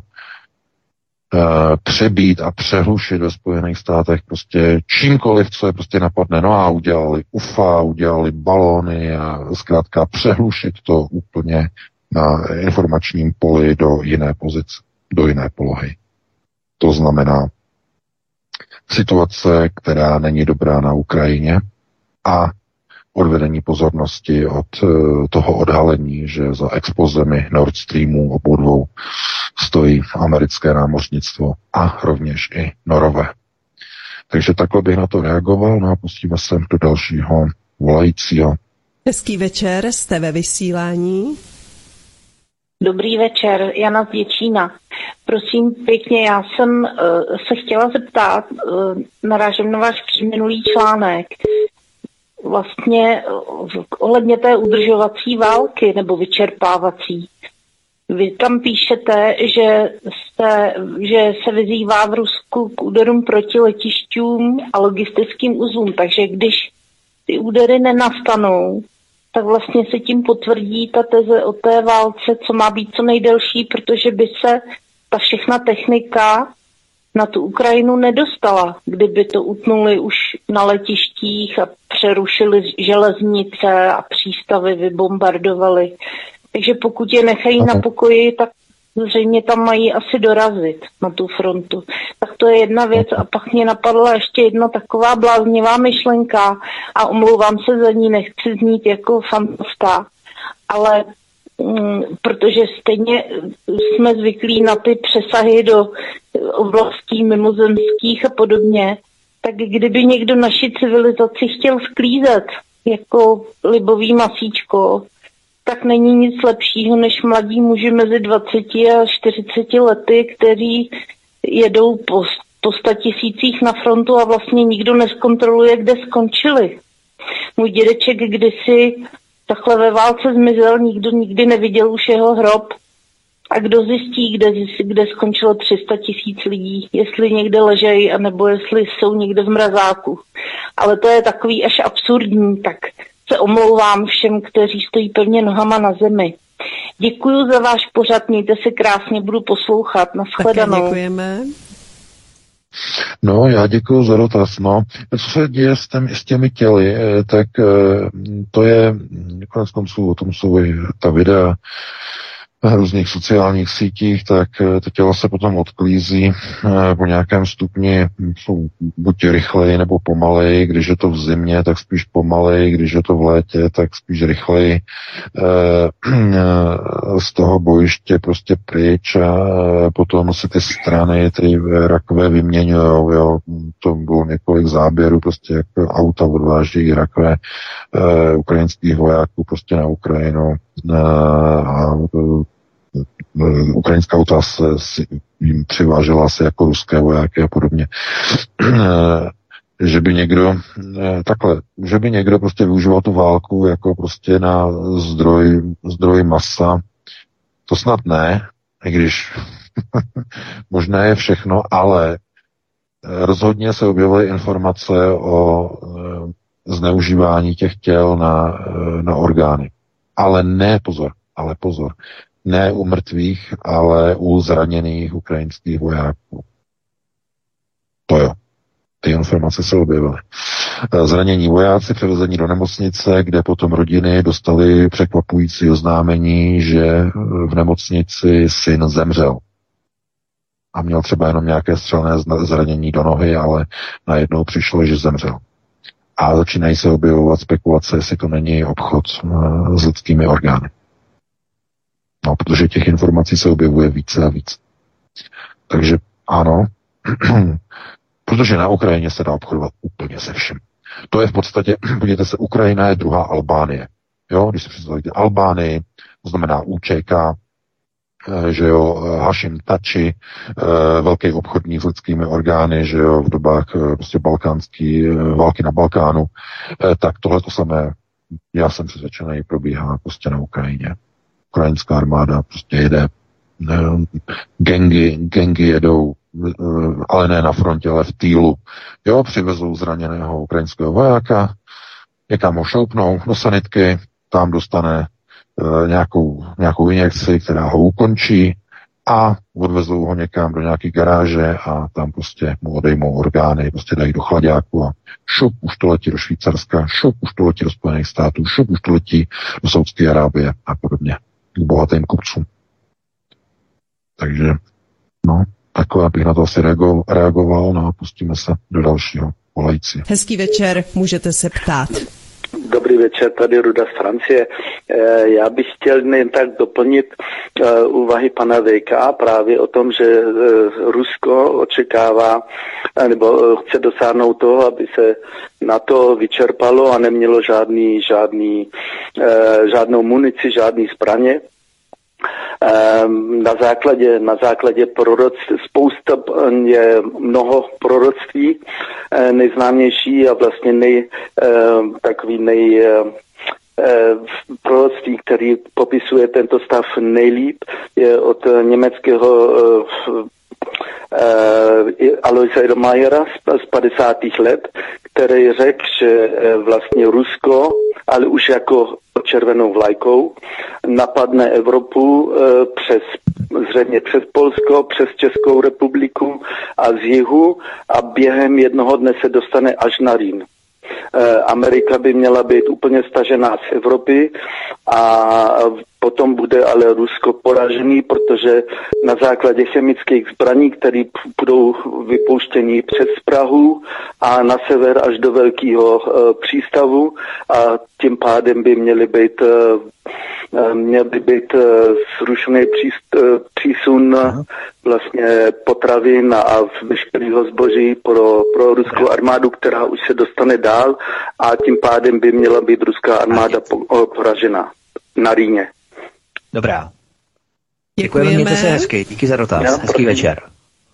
přebít a přehlušit ve Spojených státech prostě čímkoliv, co je prostě napadne. No a udělali U F A, udělali balóny a zkrátka přehlušit to úplně na informačním poli do jiné pozice, do jiné polohy. To znamená situace, která není dobrá na Ukrajině a odvedení pozornosti od toho odhalení, že za expozemi Nord Streamu obou dvou stojí americké námořnictvo a rovněž i Norové. Takže takhle bych na to reagoval, no a pustíme se do dalšího volajícího. Hezký večer, jste ve vysílání. Dobrý večer, Jana z Děčína. Prosím pěkně, já jsem uh, se chtěla zeptat, uh, narážím na váš předminulý článek, vlastně uh, ohledně té udržovací války nebo vyčerpávací. Vy tam píšete, že se, že se vyzývá v Rusku k úderům proti letišťům a logistickým uzlům, takže když ty údery nenastanou, tak vlastně se tím potvrdí ta teze o té válce, co má být co nejdelší, protože by se ta všechna technika na tu Ukrajinu nedostala, kdyby to utnuli už na letištích a přerušili železnice a přístavy, vybombardovali. Takže pokud je nechají na pokoji, tak zřejmě tam mají asi dorazit na tu frontu. Tak to je jedna věc a pak mě napadla ještě jedna taková bláznivá myšlenka a omlouvám se za ní, nechci znít jako fantasta, ale mm, protože stejně jsme zvyklí na ty přesahy do oblastí mimozemských a podobně, tak kdyby někdo naši civilizaci chtěl sklízet jako libový masíčko, tak není nic lepšího než mladí muži mezi dvaceti a čtyřiceti lety, kteří jedou po, po statisících na frontu a vlastně nikdo neskontroluje, kde skončili. Můj dědeček kdysi takhle ve válce zmizel, nikdo nikdy neviděl už jeho hrob. A kdo zjistí, kde, kde skončilo tři sta tisíc lidí, jestli někde ležejí, anebo jestli jsou někde v mrazáku. Ale to je takový až absurdní, tak se omlouvám všem, kteří stojí pevně nohama na zemi. Děkuju za váš pořad, mějte se krásně, budu poslouchat. Nashledanou. Také děkujeme. No, já děkuju za dotaz. No, co se děje s, tém, s těmi těly, tak to je, konec konců, o tom jsou i ta videa na různých sociálních sítích, tak to tělo se potom odklízí po nějakém stupni, buď rychleji nebo pomaleji, když je to v zimě, tak spíš pomaleji, když je to v létě, tak spíš rychleji z toho bojiště prostě pryč a potom se ty strany, ty rakve vyměňujou, jo, to bylo několik záběrů, prostě jak auta odváží rakve ukrajinských vojáků prostě na Ukrajinu a ukrajinská auta se jim přivážela asi jako ruské vojáky a podobně. Že by někdo takhle, že by někdo prostě využíval tu válku jako prostě na zdroj, zdroj masa, to snad ne, i když možná je všechno, ale rozhodně se objevily informace o zneužívání těch těl na, na orgány. Ale ne, pozor, ale pozor, ne u mrtvých, ale u zraněných ukrajinských vojáků. To jo. Ty informace se objevily. Zranění vojáci převezení do nemocnice, kde potom rodiny dostali překvapující oznámení, že v nemocnici syn zemřel. A měl třeba jenom nějaké střelné zranění do nohy, ale najednou přišlo, že zemřel. A začínají se objevovat spekulace, jestli to není obchod s lidskými orgány. No, protože těch informací se objevuje více a více. Takže ano, protože na Ukrajině se dá obchodovat úplně se vším. To je v podstatě, podívejte se, Ukrajina je druhá Albánie. Jo, když si představíte Albánii, to znamená U Č K, že jo, Hašim Tači, velký obchodník s lidskými orgány, že jo, v dobách prostě balkánský, války na Balkánu, tak tohle to samé, já jsem přesvědčený, probíhá prostě na Ukrajině. Ukrajinská armáda prostě jede, gengy, gengy jedou, ale ne na frontě, ale v týlu. Jo, přivezou zraněného ukrajinského vojáka, někam ho šoupnou do sanitky, tam dostane e, nějakou, nějakou injekci, která ho ukončí a odvezou ho někam do nějaké garáže a tam prostě mu odejmou orgány, prostě dají do chladáku a šup, už to letí do Švýcarska, šup, už to letí do Spojených států, šup, už to letí do Saúdské Arábie a podobně k bohatým kupcům. Takže, no, takhle bych na to asi reagoval, no a pustíme se do dalšího volající. Hezký večer, můžete se ptát. Dobrý Dobrý večer, tady Ruda z Francie. Já bych chtěl jen tak doplnit úvahy pana V K právě o tom, že Rusko očekává nebo chce dosáhnout toho, aby se NATO vyčerpalo a nemělo žádný, žádný, žádnou munici, žádný zbraně. Na základě, na základě proroctví, spousta je mnoho proroctví, nejznámější a vlastně nej, takový nej proroctví, který popisuje tento stav nejlíp, je od německého Aloise Mayera z padesátých let, který řekl, že vlastně Rusko, ale už jako červenou vlajkou, napadne Evropu přes, zřejmě přes Polsko, přes Českou republiku a z jihu a během jednoho dne se dostane až na Rýn. Amerika by měla být úplně stažená z Evropy a potom bude ale Rusko poražený, protože na základě chemických zbraní, které budou vypouštěny přes Prahu a na sever až do velkého uh, přístavu a tím pádem by měly být uh, měl by být uh, zrušený příst, uh, přísun uh, vlastně potravin a veškerého zboží pro, pro ruskou armádu, která už se dostane dál a tím pádem by měla být ruská armáda po, poražena na Rýně. Dobrá. Děkujeme, mějte se hezky. Díky za dotaz. Já, Hezký večer.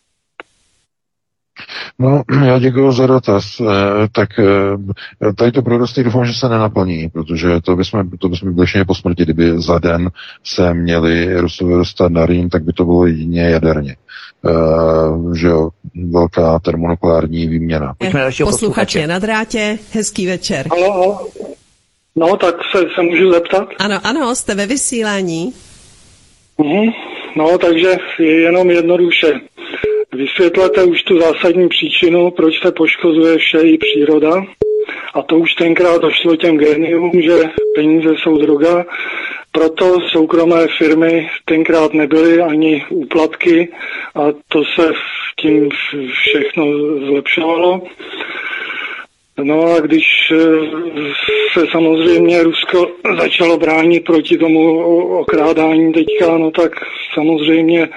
No, já děkuji za dotaz. Tak tady to proroctví doufám, že se nenaplní, protože to bychom, to bychom byli všichni po smrti, kdyby za den se měli Rusové dostat na Rýn, tak by to bylo jedině jaderně. Uh, že jo, velká termonukleární výměna. Posluchače na drátě, hezký večer. Halo, halo. No, tak se, se můžu zeptat? Ano, ano, jste ve vysílání. Mhm. No, takže je jenom jednoduše. Vysvětlete už tu zásadní příčinu, proč se poškozuje vše i příroda. A to už tenkrát došlo těm géniům, že peníze jsou droga. Proto soukromé firmy tenkrát nebyly ani úplatky a to se tím všechno zlepšovalo. No a když se samozřejmě Rusko začalo bránit proti tomu okrádání teďka, no tak samozřejmě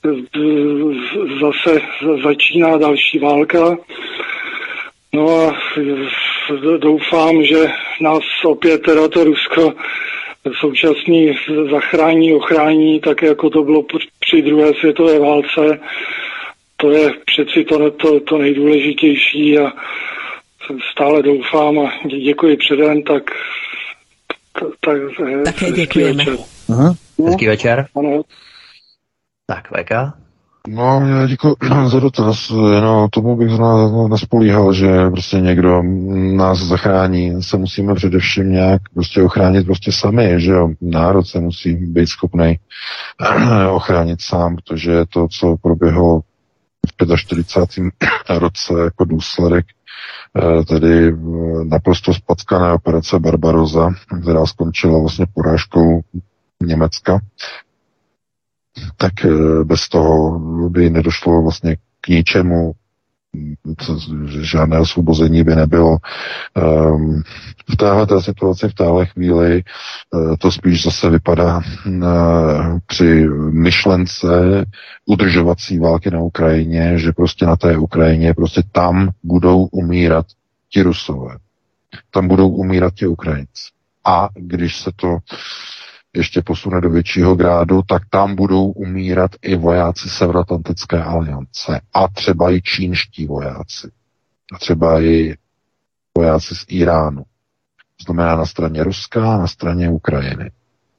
zase začíná další válka. No a doufám, že nás opět teda to Rusko současný zachrání, ochrání, tak jako to bylo při druhé světové válce. To je přeci to, to, to nejdůležitější a stále doufám a děkuji předem, tak tak také děkujeme. Večer. Uh-huh. Hezký večer. Ano. Tak, V K. No, já děkuji za dotaz. No, tomu bych nespolíhal, že prostě někdo nás zachrání. Se musíme především nějak prostě ochránit prostě sami, že jo. Národ se musí být schopný ochránit sám, protože to, co proběhlo v čtyřicátém pátém roce jako důsledek tedy naprosto spackané operace Barbarossa, která skončila vlastně porážkou Německa, tak bez toho by nedošlo vlastně k ničemu, žádné osvobození by nebylo. V téhle situaci, v téhle chvíli to spíš zase vypadá při myšlence udržovací války na Ukrajině, že prostě na té Ukrajině, prostě tam budou umírat ti Rusové. Tam budou umírat ti Ukrajinci. A když se to ještě posune do většího grádu, tak tam budou umírat i vojáci Severoatlantické aliance a třeba i čínští vojáci. A třeba i vojáci z Iránu. To znamená na straně Ruska a na straně Ukrajiny.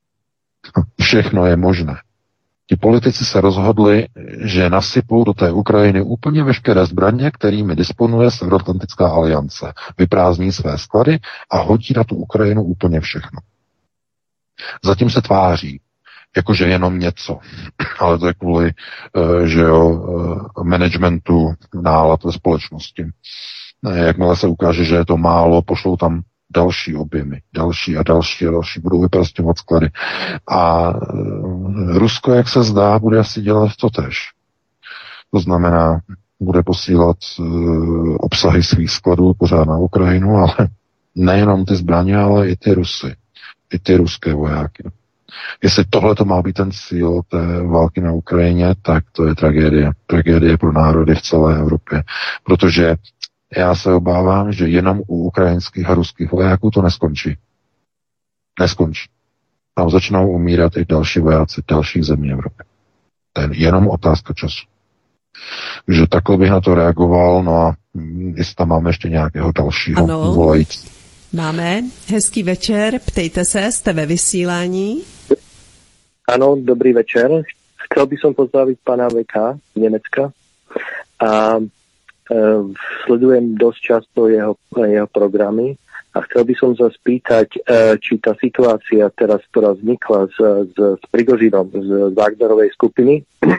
Všechno je možné. Ti politici se rozhodli, že nasypou do té Ukrajiny úplně veškeré zbraně, kterými disponuje Severoatlantická aliance. Vyprázdní své sklady a hodí na tu Ukrajinu úplně všechno. Zatím se tváří, jakože jenom něco, ale to je kvůli, že jo, managementu nálad ve společnosti. Jakmile se ukáže, že je to málo, pošlou tam další objemy, další a další a další, budou vyprasťovat sklady. A Rusko, jak se zdá, bude asi dělat to též. To znamená, bude posílat obsahy svých skladů pořád na Ukrajinu, ale Nejenom ty zbraně, ale i ty Rusy. I ty ruské vojáky. Jestli tohle to má být ten cíl té války na Ukrajině, tak to je tragédie. Tragédie pro národy v celé Evropě. Protože já se obávám, že jenom u ukrajinských a ruských vojáků to neskončí. Neskončí. Tam začnou umírat i další vojáci dalších zemí Evropy. To je jenom otázka času. Takže takhle bych na to reagoval, no a jestli tam máme ještě nějakého dalšího volající. Máme. Hezký večer, ptejte se, jste ve vysílání. Ano, dobrý večer. Chcel by som pozdraviť pana vé ká z Nemecka a e, sledujem dosť často jeho, jeho programy a chcel by som sa spýtať, e, či tá situácia teraz, ktorá vznikla s, s, s Prigožinom z Wagnerovej skupiny, e,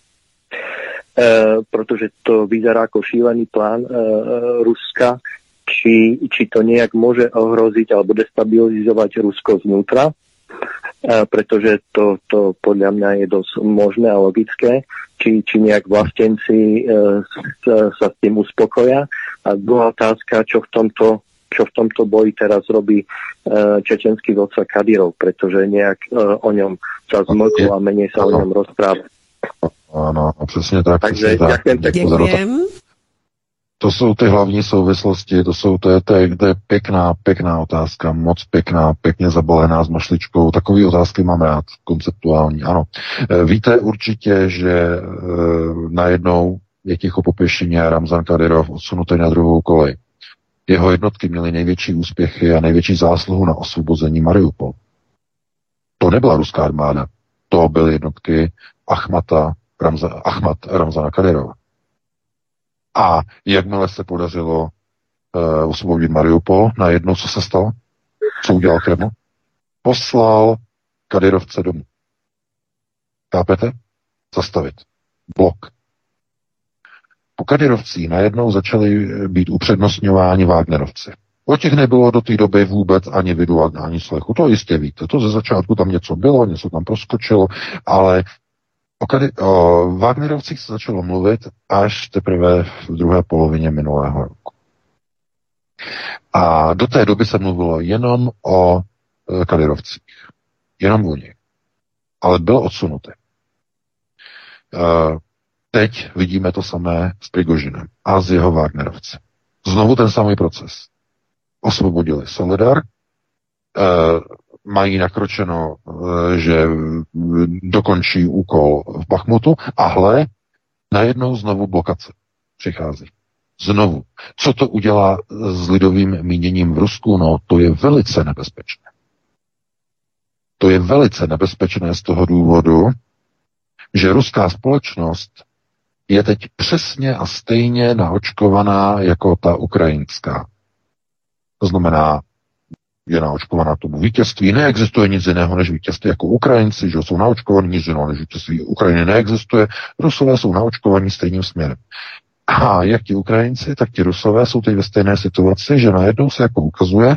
protože to vyzerá ako šílený plán e, Ruska, či, či to nejak môže ohroziť alebo destabilizovať Rusko znútra, pretože to, to podľa mňa je dosť možné a logické, či, či nejak vlastenci e, sa, sa s tým uspokoja. A druhá otázka, čo v tomto, čo v tomto boji teraz robí e, čečenský vodca Kadyrov, pretože nejak e, o ňom sa zmlklo a menej sa o ňom rozpráva. Ano, přesně tak. Takže ďakujem pekne. To jsou ty hlavní souvislosti, to jsou, to je, to je, to je pěkná, pěkná otázka, moc pěkná, pěkně zabalená s mašličkou. Takové otázky mám rád, konceptuální, ano. Víte určitě, že e, najednou je ticho po pěšině a Ramzan Kadyrov odsunutý na druhou kolej. Jeho jednotky měly největší úspěchy a největší zásluhu na osvobození Mariupol. To nebyla ruská armáda, to byly jednotky Ahmata, Ramza, Ahmad Ramzana Kadyrova. A jakmile se podařilo uh, osvobodit Mariupol, najednou co se stalo? Co udělal Kreml? Poslal Kadyrovce domů. Chápete? Zastavit. Blok. Po Kadyrovcích najednou začali být upřednostňováni Wagnerovci. O těch nebylo do té doby vůbec ani vidu, ani slechu. To jistě víte. To ze začátku tam něco bylo, něco tam proskočilo, ale O, Kady, o Wagnerovcích se začalo mluvit až teprve v druhé polovině minulého roku. A do té doby se mluvilo jenom o e, Kadyrovcích. Jenom o nich. Ale byl odsunutý. E, teď vidíme to samé s Prigožinem a s jeho Wagnerovci. Znovu ten samý proces. Osvobodili Soledar, e, mají nakročeno, že dokončí úkol v Bachmutu a hle, najednou znovu blokace přichází. Znovu. Co to udělá s lidovým míněním v Rusku? No, to je velice nebezpečné. To je velice nebezpečné z toho důvodu, že ruská společnost je teď přesně a stejně naočkovaná jako ta ukrajinská. To znamená, je naočkovaná tomu vítězství. Neexistuje nic jiného než vítězství jako Ukrajinci, že jsou naočkovaní, nic jiného než vítězství Ukrajiny neexistuje. Rusové jsou naočkovaní stejným směrem. A jak ti Ukrajinci, tak ti Rusové jsou teď ve stejné situaci, že najednou se jako ukazuje,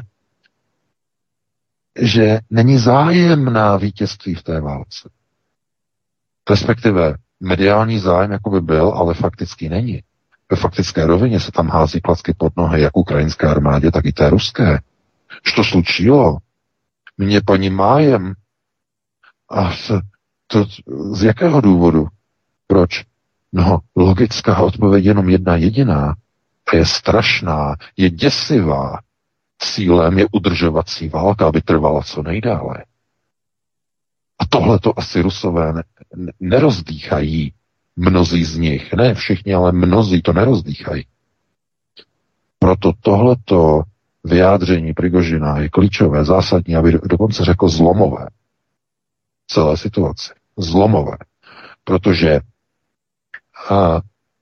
že není zájem na vítězství v té válce. Respektive mediální zájem jako by byl, ale faktický není. Ve faktické rovině se tam hází klacky pod nohy jak ukrajinské armádě, tak i té ruské. Što slučilo? Mě paní májem. A to, to, z jakého důvodu? Proč? No, logická odpověď jenom jedna jediná. A je strašná, je děsivá. Cílem je udržovací válka, aby trvala co nejdále. A tohle to asi Rusové ne, nerozdýchají. Mnozí z nich. Ne všichni, ale mnozí to nerozdýchají. Proto tohleto vyjádření Prigožina je klíčové, zásadní, aby dokonce řekl zlomové. Celé situaci. Zlomové. Protože a,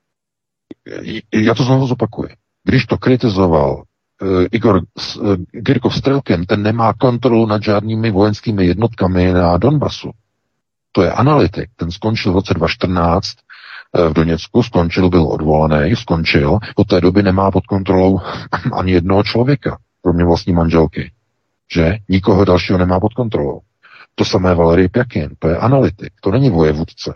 já to znovu zopakuji. Když to kritizoval uh, Igor uh, Girkov Strelkin, ten nemá kontrolu nad žádnými vojenskými jednotkami na Donbasu. To je analytik. Ten skončil v roce dva tisíce čtrnáct v Doněcku, skončil, byl odvolaný, skončil, od té doby nemá pod kontrolou ani jednoho člověka, kromě vlastní manželky. Že? Nikoho dalšího nemá pod kontrolou. To samé Valery Pjakin, to je analytik, to není vojevůdce.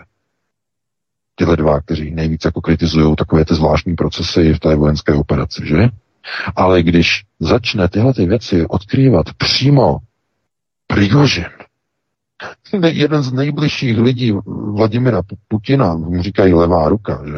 Tyhle dva, kteří nejvíc jako kritizují takové ty zvláštní procesy v té vojenské operaci, že? Ale když začne tyhle ty věci odkrývat přímo Prigožin, jeden z nejbližších lidí Vladimira Putina, mu říkají levá ruka, že?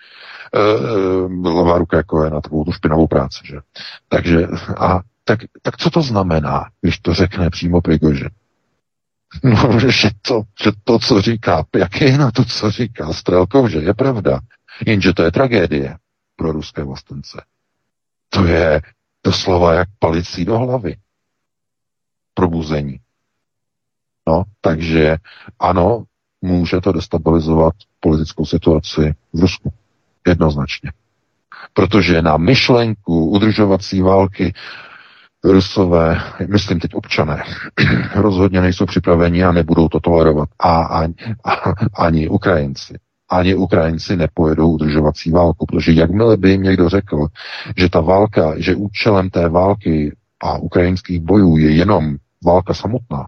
E, levá ruka jako je na takovou tu špinavou práci, že? Takže, a tak, tak co to znamená, když to řekne přímo Prigožin? No, že to, že to, co říká, jak je na to, co říká Strelkov, že je pravda. Jenže to je tragédie pro ruské vlastence. To je doslova jak palicí do hlavy. Probuzení. No, takže ano, může to destabilizovat politickou situaci v Rusku. Jednoznačně. Protože na myšlenku udržovací války Rusové, myslím teď občané, rozhodně nejsou připraveni a nebudou to tolerovat. A ani, a, ani Ukrajinci. Ani Ukrajinci nepojedou udržovací válku, protože jakmile by jim někdo řekl, že ta válka, že účelem té války a ukrajinských bojů je jenom válka samotná,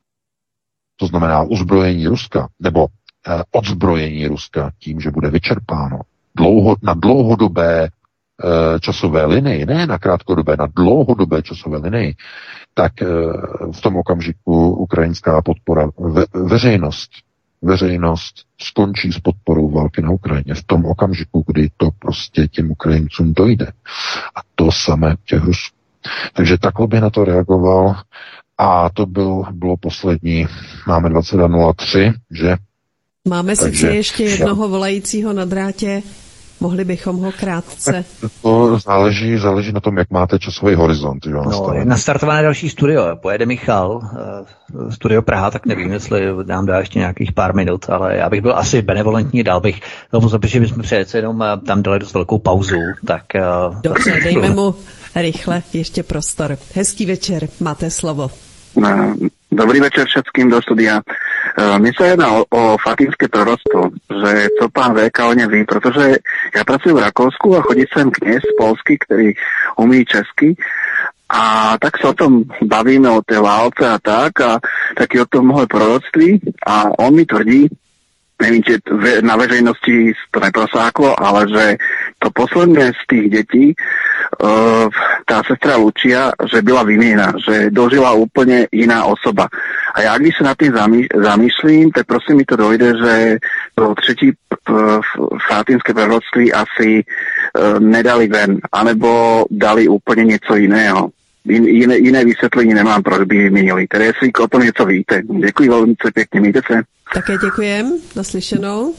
to znamená uzbrojení Ruska, nebo eh, odzbrojení Ruska tím, že bude vyčerpáno dlouho, na dlouhodobé eh, časové linii, ne na krátkodobé, na dlouhodobé časové linii, tak eh, v tom okamžiku ukrajinská podpora, ve, veřejnost, veřejnost skončí s podporou války na Ukrajině v tom okamžiku, kdy to prostě těm Ukrajincům dojde. A to samé těch Rusů. Takže takhle by na to reagoval. A to byl, bylo poslední, máme dvacet dva nula tři, že? Máme sice ještě jednoho volajícího na drátě, mohli bychom ho krátce. To záleží, záleží na tom, jak máte časový horizont. Jo, no, je nastartované další studio, pojede Michal, studio Praha, tak nevím, jestli nám dá ještě nějakých pár minut, ale já bych byl asi benevolentní, dal bych, no, protože bychom přece jenom tam dali dost velkou pauzu, tak... Dobře, dejme mu rychle ještě prostor. Hezký večer, máte slovo. Dobrý večer všetkým do studia. Mně se jedná o, o fatimské proroctvo, že co pán vé ká o něm ví, protože já pracuji v Rakousku a chodí sem kněz polský, který umí česky a tak se o tom bavíme o té válce a tak a taky o tom moje proroctví a on mi tvrdí, nevím, či na veřejnosti to neprosáklo, ale že to posledné z těch dětí, uh, tá sestra Lucia, že byla vyměna, že dožila úplně jiná osoba. A já, když se nad tím zamýšlím, tak prosím mi to dojde, že to třetí fatimské proroctví asi uh, nedali ven, anebo dali úplně něco jiného. Jiné, jiné vysvětlení nemám, proč by vyměnili. Tedy jestli o tom něco víte. Děkuji velmi pěkně, mějte se. Také děkujem, naslyšenou.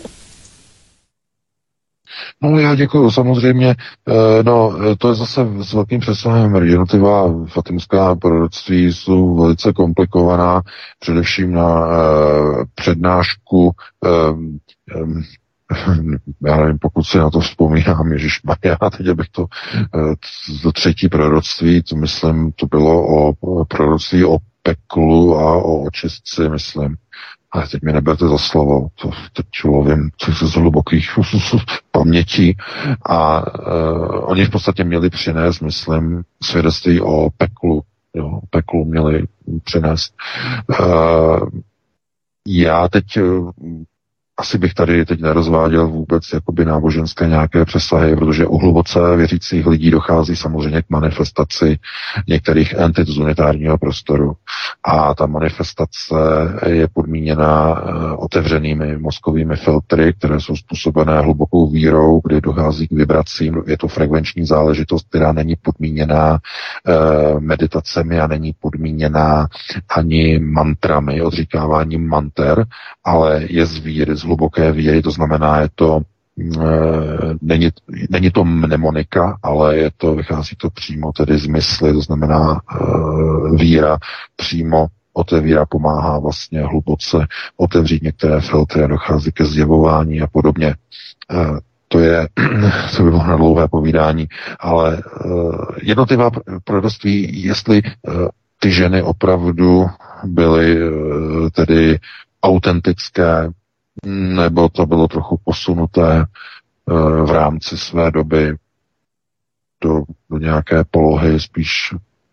No já děkuju, samozřejmě, no to je zase s velkým přesahem. Jednotlivá fatimská proroctví jsou velice komplikovaná, především na eh, přednášku eh, já nevím, pokud si na to vzpomínám, ježišmarja, teď bych to, to třetí proroctví, to myslím, to bylo o proroctví o peklu a o očistci, myslím. Ale teď mi neberte za slovo, to teď lovím z hlubokých pamětí. A uh, oni v podstatě měli přinést, myslím, svědectví o peklu. Jo, o peklu měli přinést. Uh, já teď uh, asi bych tady teď nerozváděl vůbec jakoby náboženské nějaké přesahy, protože u hluboce věřících lidí dochází samozřejmě k manifestaci některých entit z unitárního prostoru. A ta manifestace je podmíněna otevřenými mozkovými filtry, které jsou způsobené hlubokou vírou, kdy dochází k vibracím. Je to frekvenční záležitost, která není podmíněná eh, meditacemi a není podmíněná ani mantrami, odříkáváním manter, ale je z víry, z hluboké víry, to znamená, je to Není, není to mnemonika, ale je to, vychází to přímo tedy z mysli, to znamená uh, víra přímo otevíra, pomáhá vlastně hluboce otevřít některé filtry a dochází ke zjevování a podobně. Uh, to je, to by bylo na dlouhé povídání, ale uh, jednotlivá proroctví, jestli uh, ty ženy opravdu byly uh, tedy autentické, nebo to bylo trochu posunuté v rámci své doby do, do nějaké polohy spíš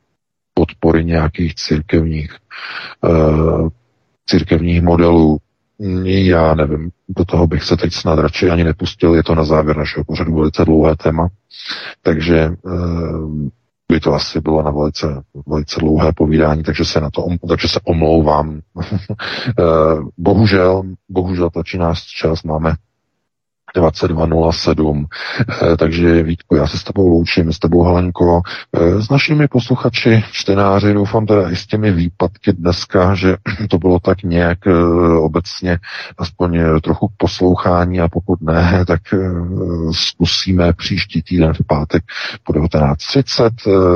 podpory nějakých církevních církevních modelů. Já nevím, do toho bych se teď snad radši ani nepustil, je to na závěr našeho pořadu velice dlouhé téma, takže by to asi bylo na velice, velice dlouhé povídání, takže se na to, takže se omlouvám. bohužel, bohužel tlačí nás čas, máme dvacet dva nula sedm, takže Vítku, já se s tebou loučím, s tebou Helenko, s našimi posluchači, čtenáři, doufám teda i s těmi výpadky dneska, že to bylo tak nějak obecně aspoň trochu k poslouchání a pokud ne, tak zkusíme příští týden v pátek po devatenáct třicet,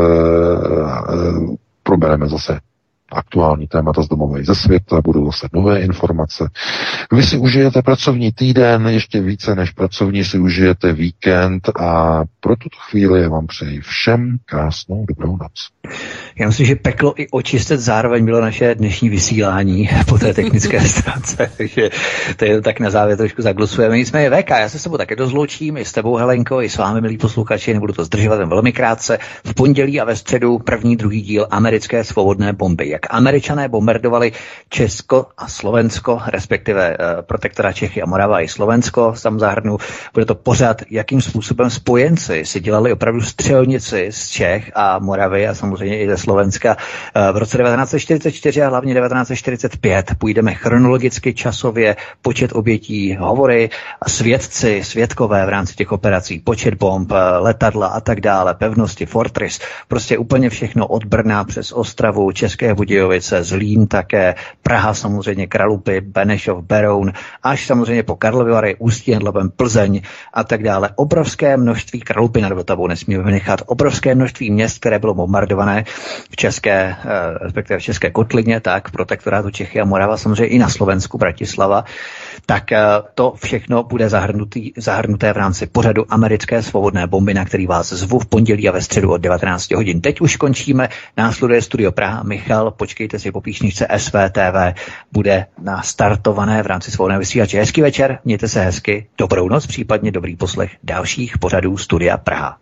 probereme zase aktuální témata z domova i ze světa, budou zase nové informace. Vy si užijete pracovní týden, ještě více než pracovní si užijete víkend a pro tuto chvíli já vám přeji všem krásnou dobrou noc. Já myslím, že peklo i očistet zároveň bylo naše dnešní vysílání po té technické stránce, takže to je tak na závěr trošku zaglosujeme. Nicméně V K, já se s tebou také dozloučím, i s tebou Helenko, i s vámi, milí posluchači, nebudu to zdržovat jen velmi krátce. V pondělí a ve středu první, druhý díl americké svobodné bomby. Jak Američané bombardovali Česko a Slovensko, respektive eh, protektora Čechy a Morava i Slovensko, tam zahrnu, bude to pořád, jakým způsobem spojenci si dělali opravdu střelnici z Čech a Moravy a samozřejmě i ze Slovenska. Eh, v roce devatenáct set čtyřicet čtyři a hlavně devatenáct set čtyřicet pět půjdeme chronologicky, časově, počet obětí, hovory a svědci, svědkové v rámci těch operací, počet bomb, letadla a tak dále, pevnosti, fortress, prostě úplně všechno od Brna přes Ostravu, České Budějovice, Zlín také, Praha samozřejmě, Kralupy, Benešov, Beroun, až samozřejmě po Karlovy Vary, Ústí nad Labem, Plzeň a tak dále. Obrovské množství, Kralupy nad Vltavou nesmíme vynechat, obrovské množství měst, které bylo bombardované v české, respektive v české kotlině, tak v protektorátu Čechy a Morava, samozřejmě i na Slovensku, Bratislava, tak to všechno bude zahrnutý, zahrnuté v rámci pořadu americké svobodné bomby, na který vás zvu v pondělí a ve středu od devatenáct hodin. Teď už končíme, následuje Studio Praha. Michal, počkejte si po píšničce S V T V, bude nastartované v rámci svobodného vysílače. Hezký večer, mějte se hezky, dobrou noc, případně dobrý poslech dalších pořadů Studia Praha.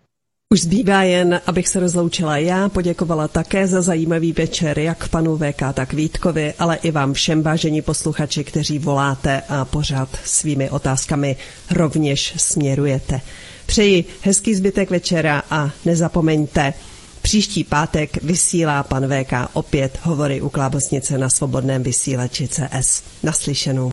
Už zbývá jen, abych se rozloučila já, poděkovala také za zajímavý večer jak panu V K, tak Vítkovi, ale i vám všem, vážení posluchači, kteří voláte a pořád svými otázkami rovněž směrujete. Přeji hezký zbytek večera a nezapomeňte, příští pátek vysílá pan V K opět hovory u Klábosnice na svobodném vysílači C S. Naslyšenou.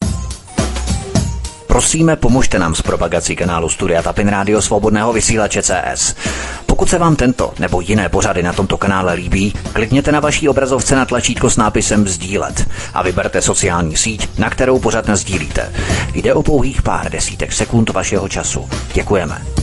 Prosíme, pomožte nám s propagací kanálu Studia Tapin Rádio Svobodného vysílače C S. Pokud se vám tento nebo jiné pořady na tomto kanále líbí, klikněte na vaší obrazovce na tlačítko s nápisem sdílet a vyberte sociální síť, na kterou pořad nasdílíte. Jde o pouhých pár desítek sekund vašeho času. Děkujeme.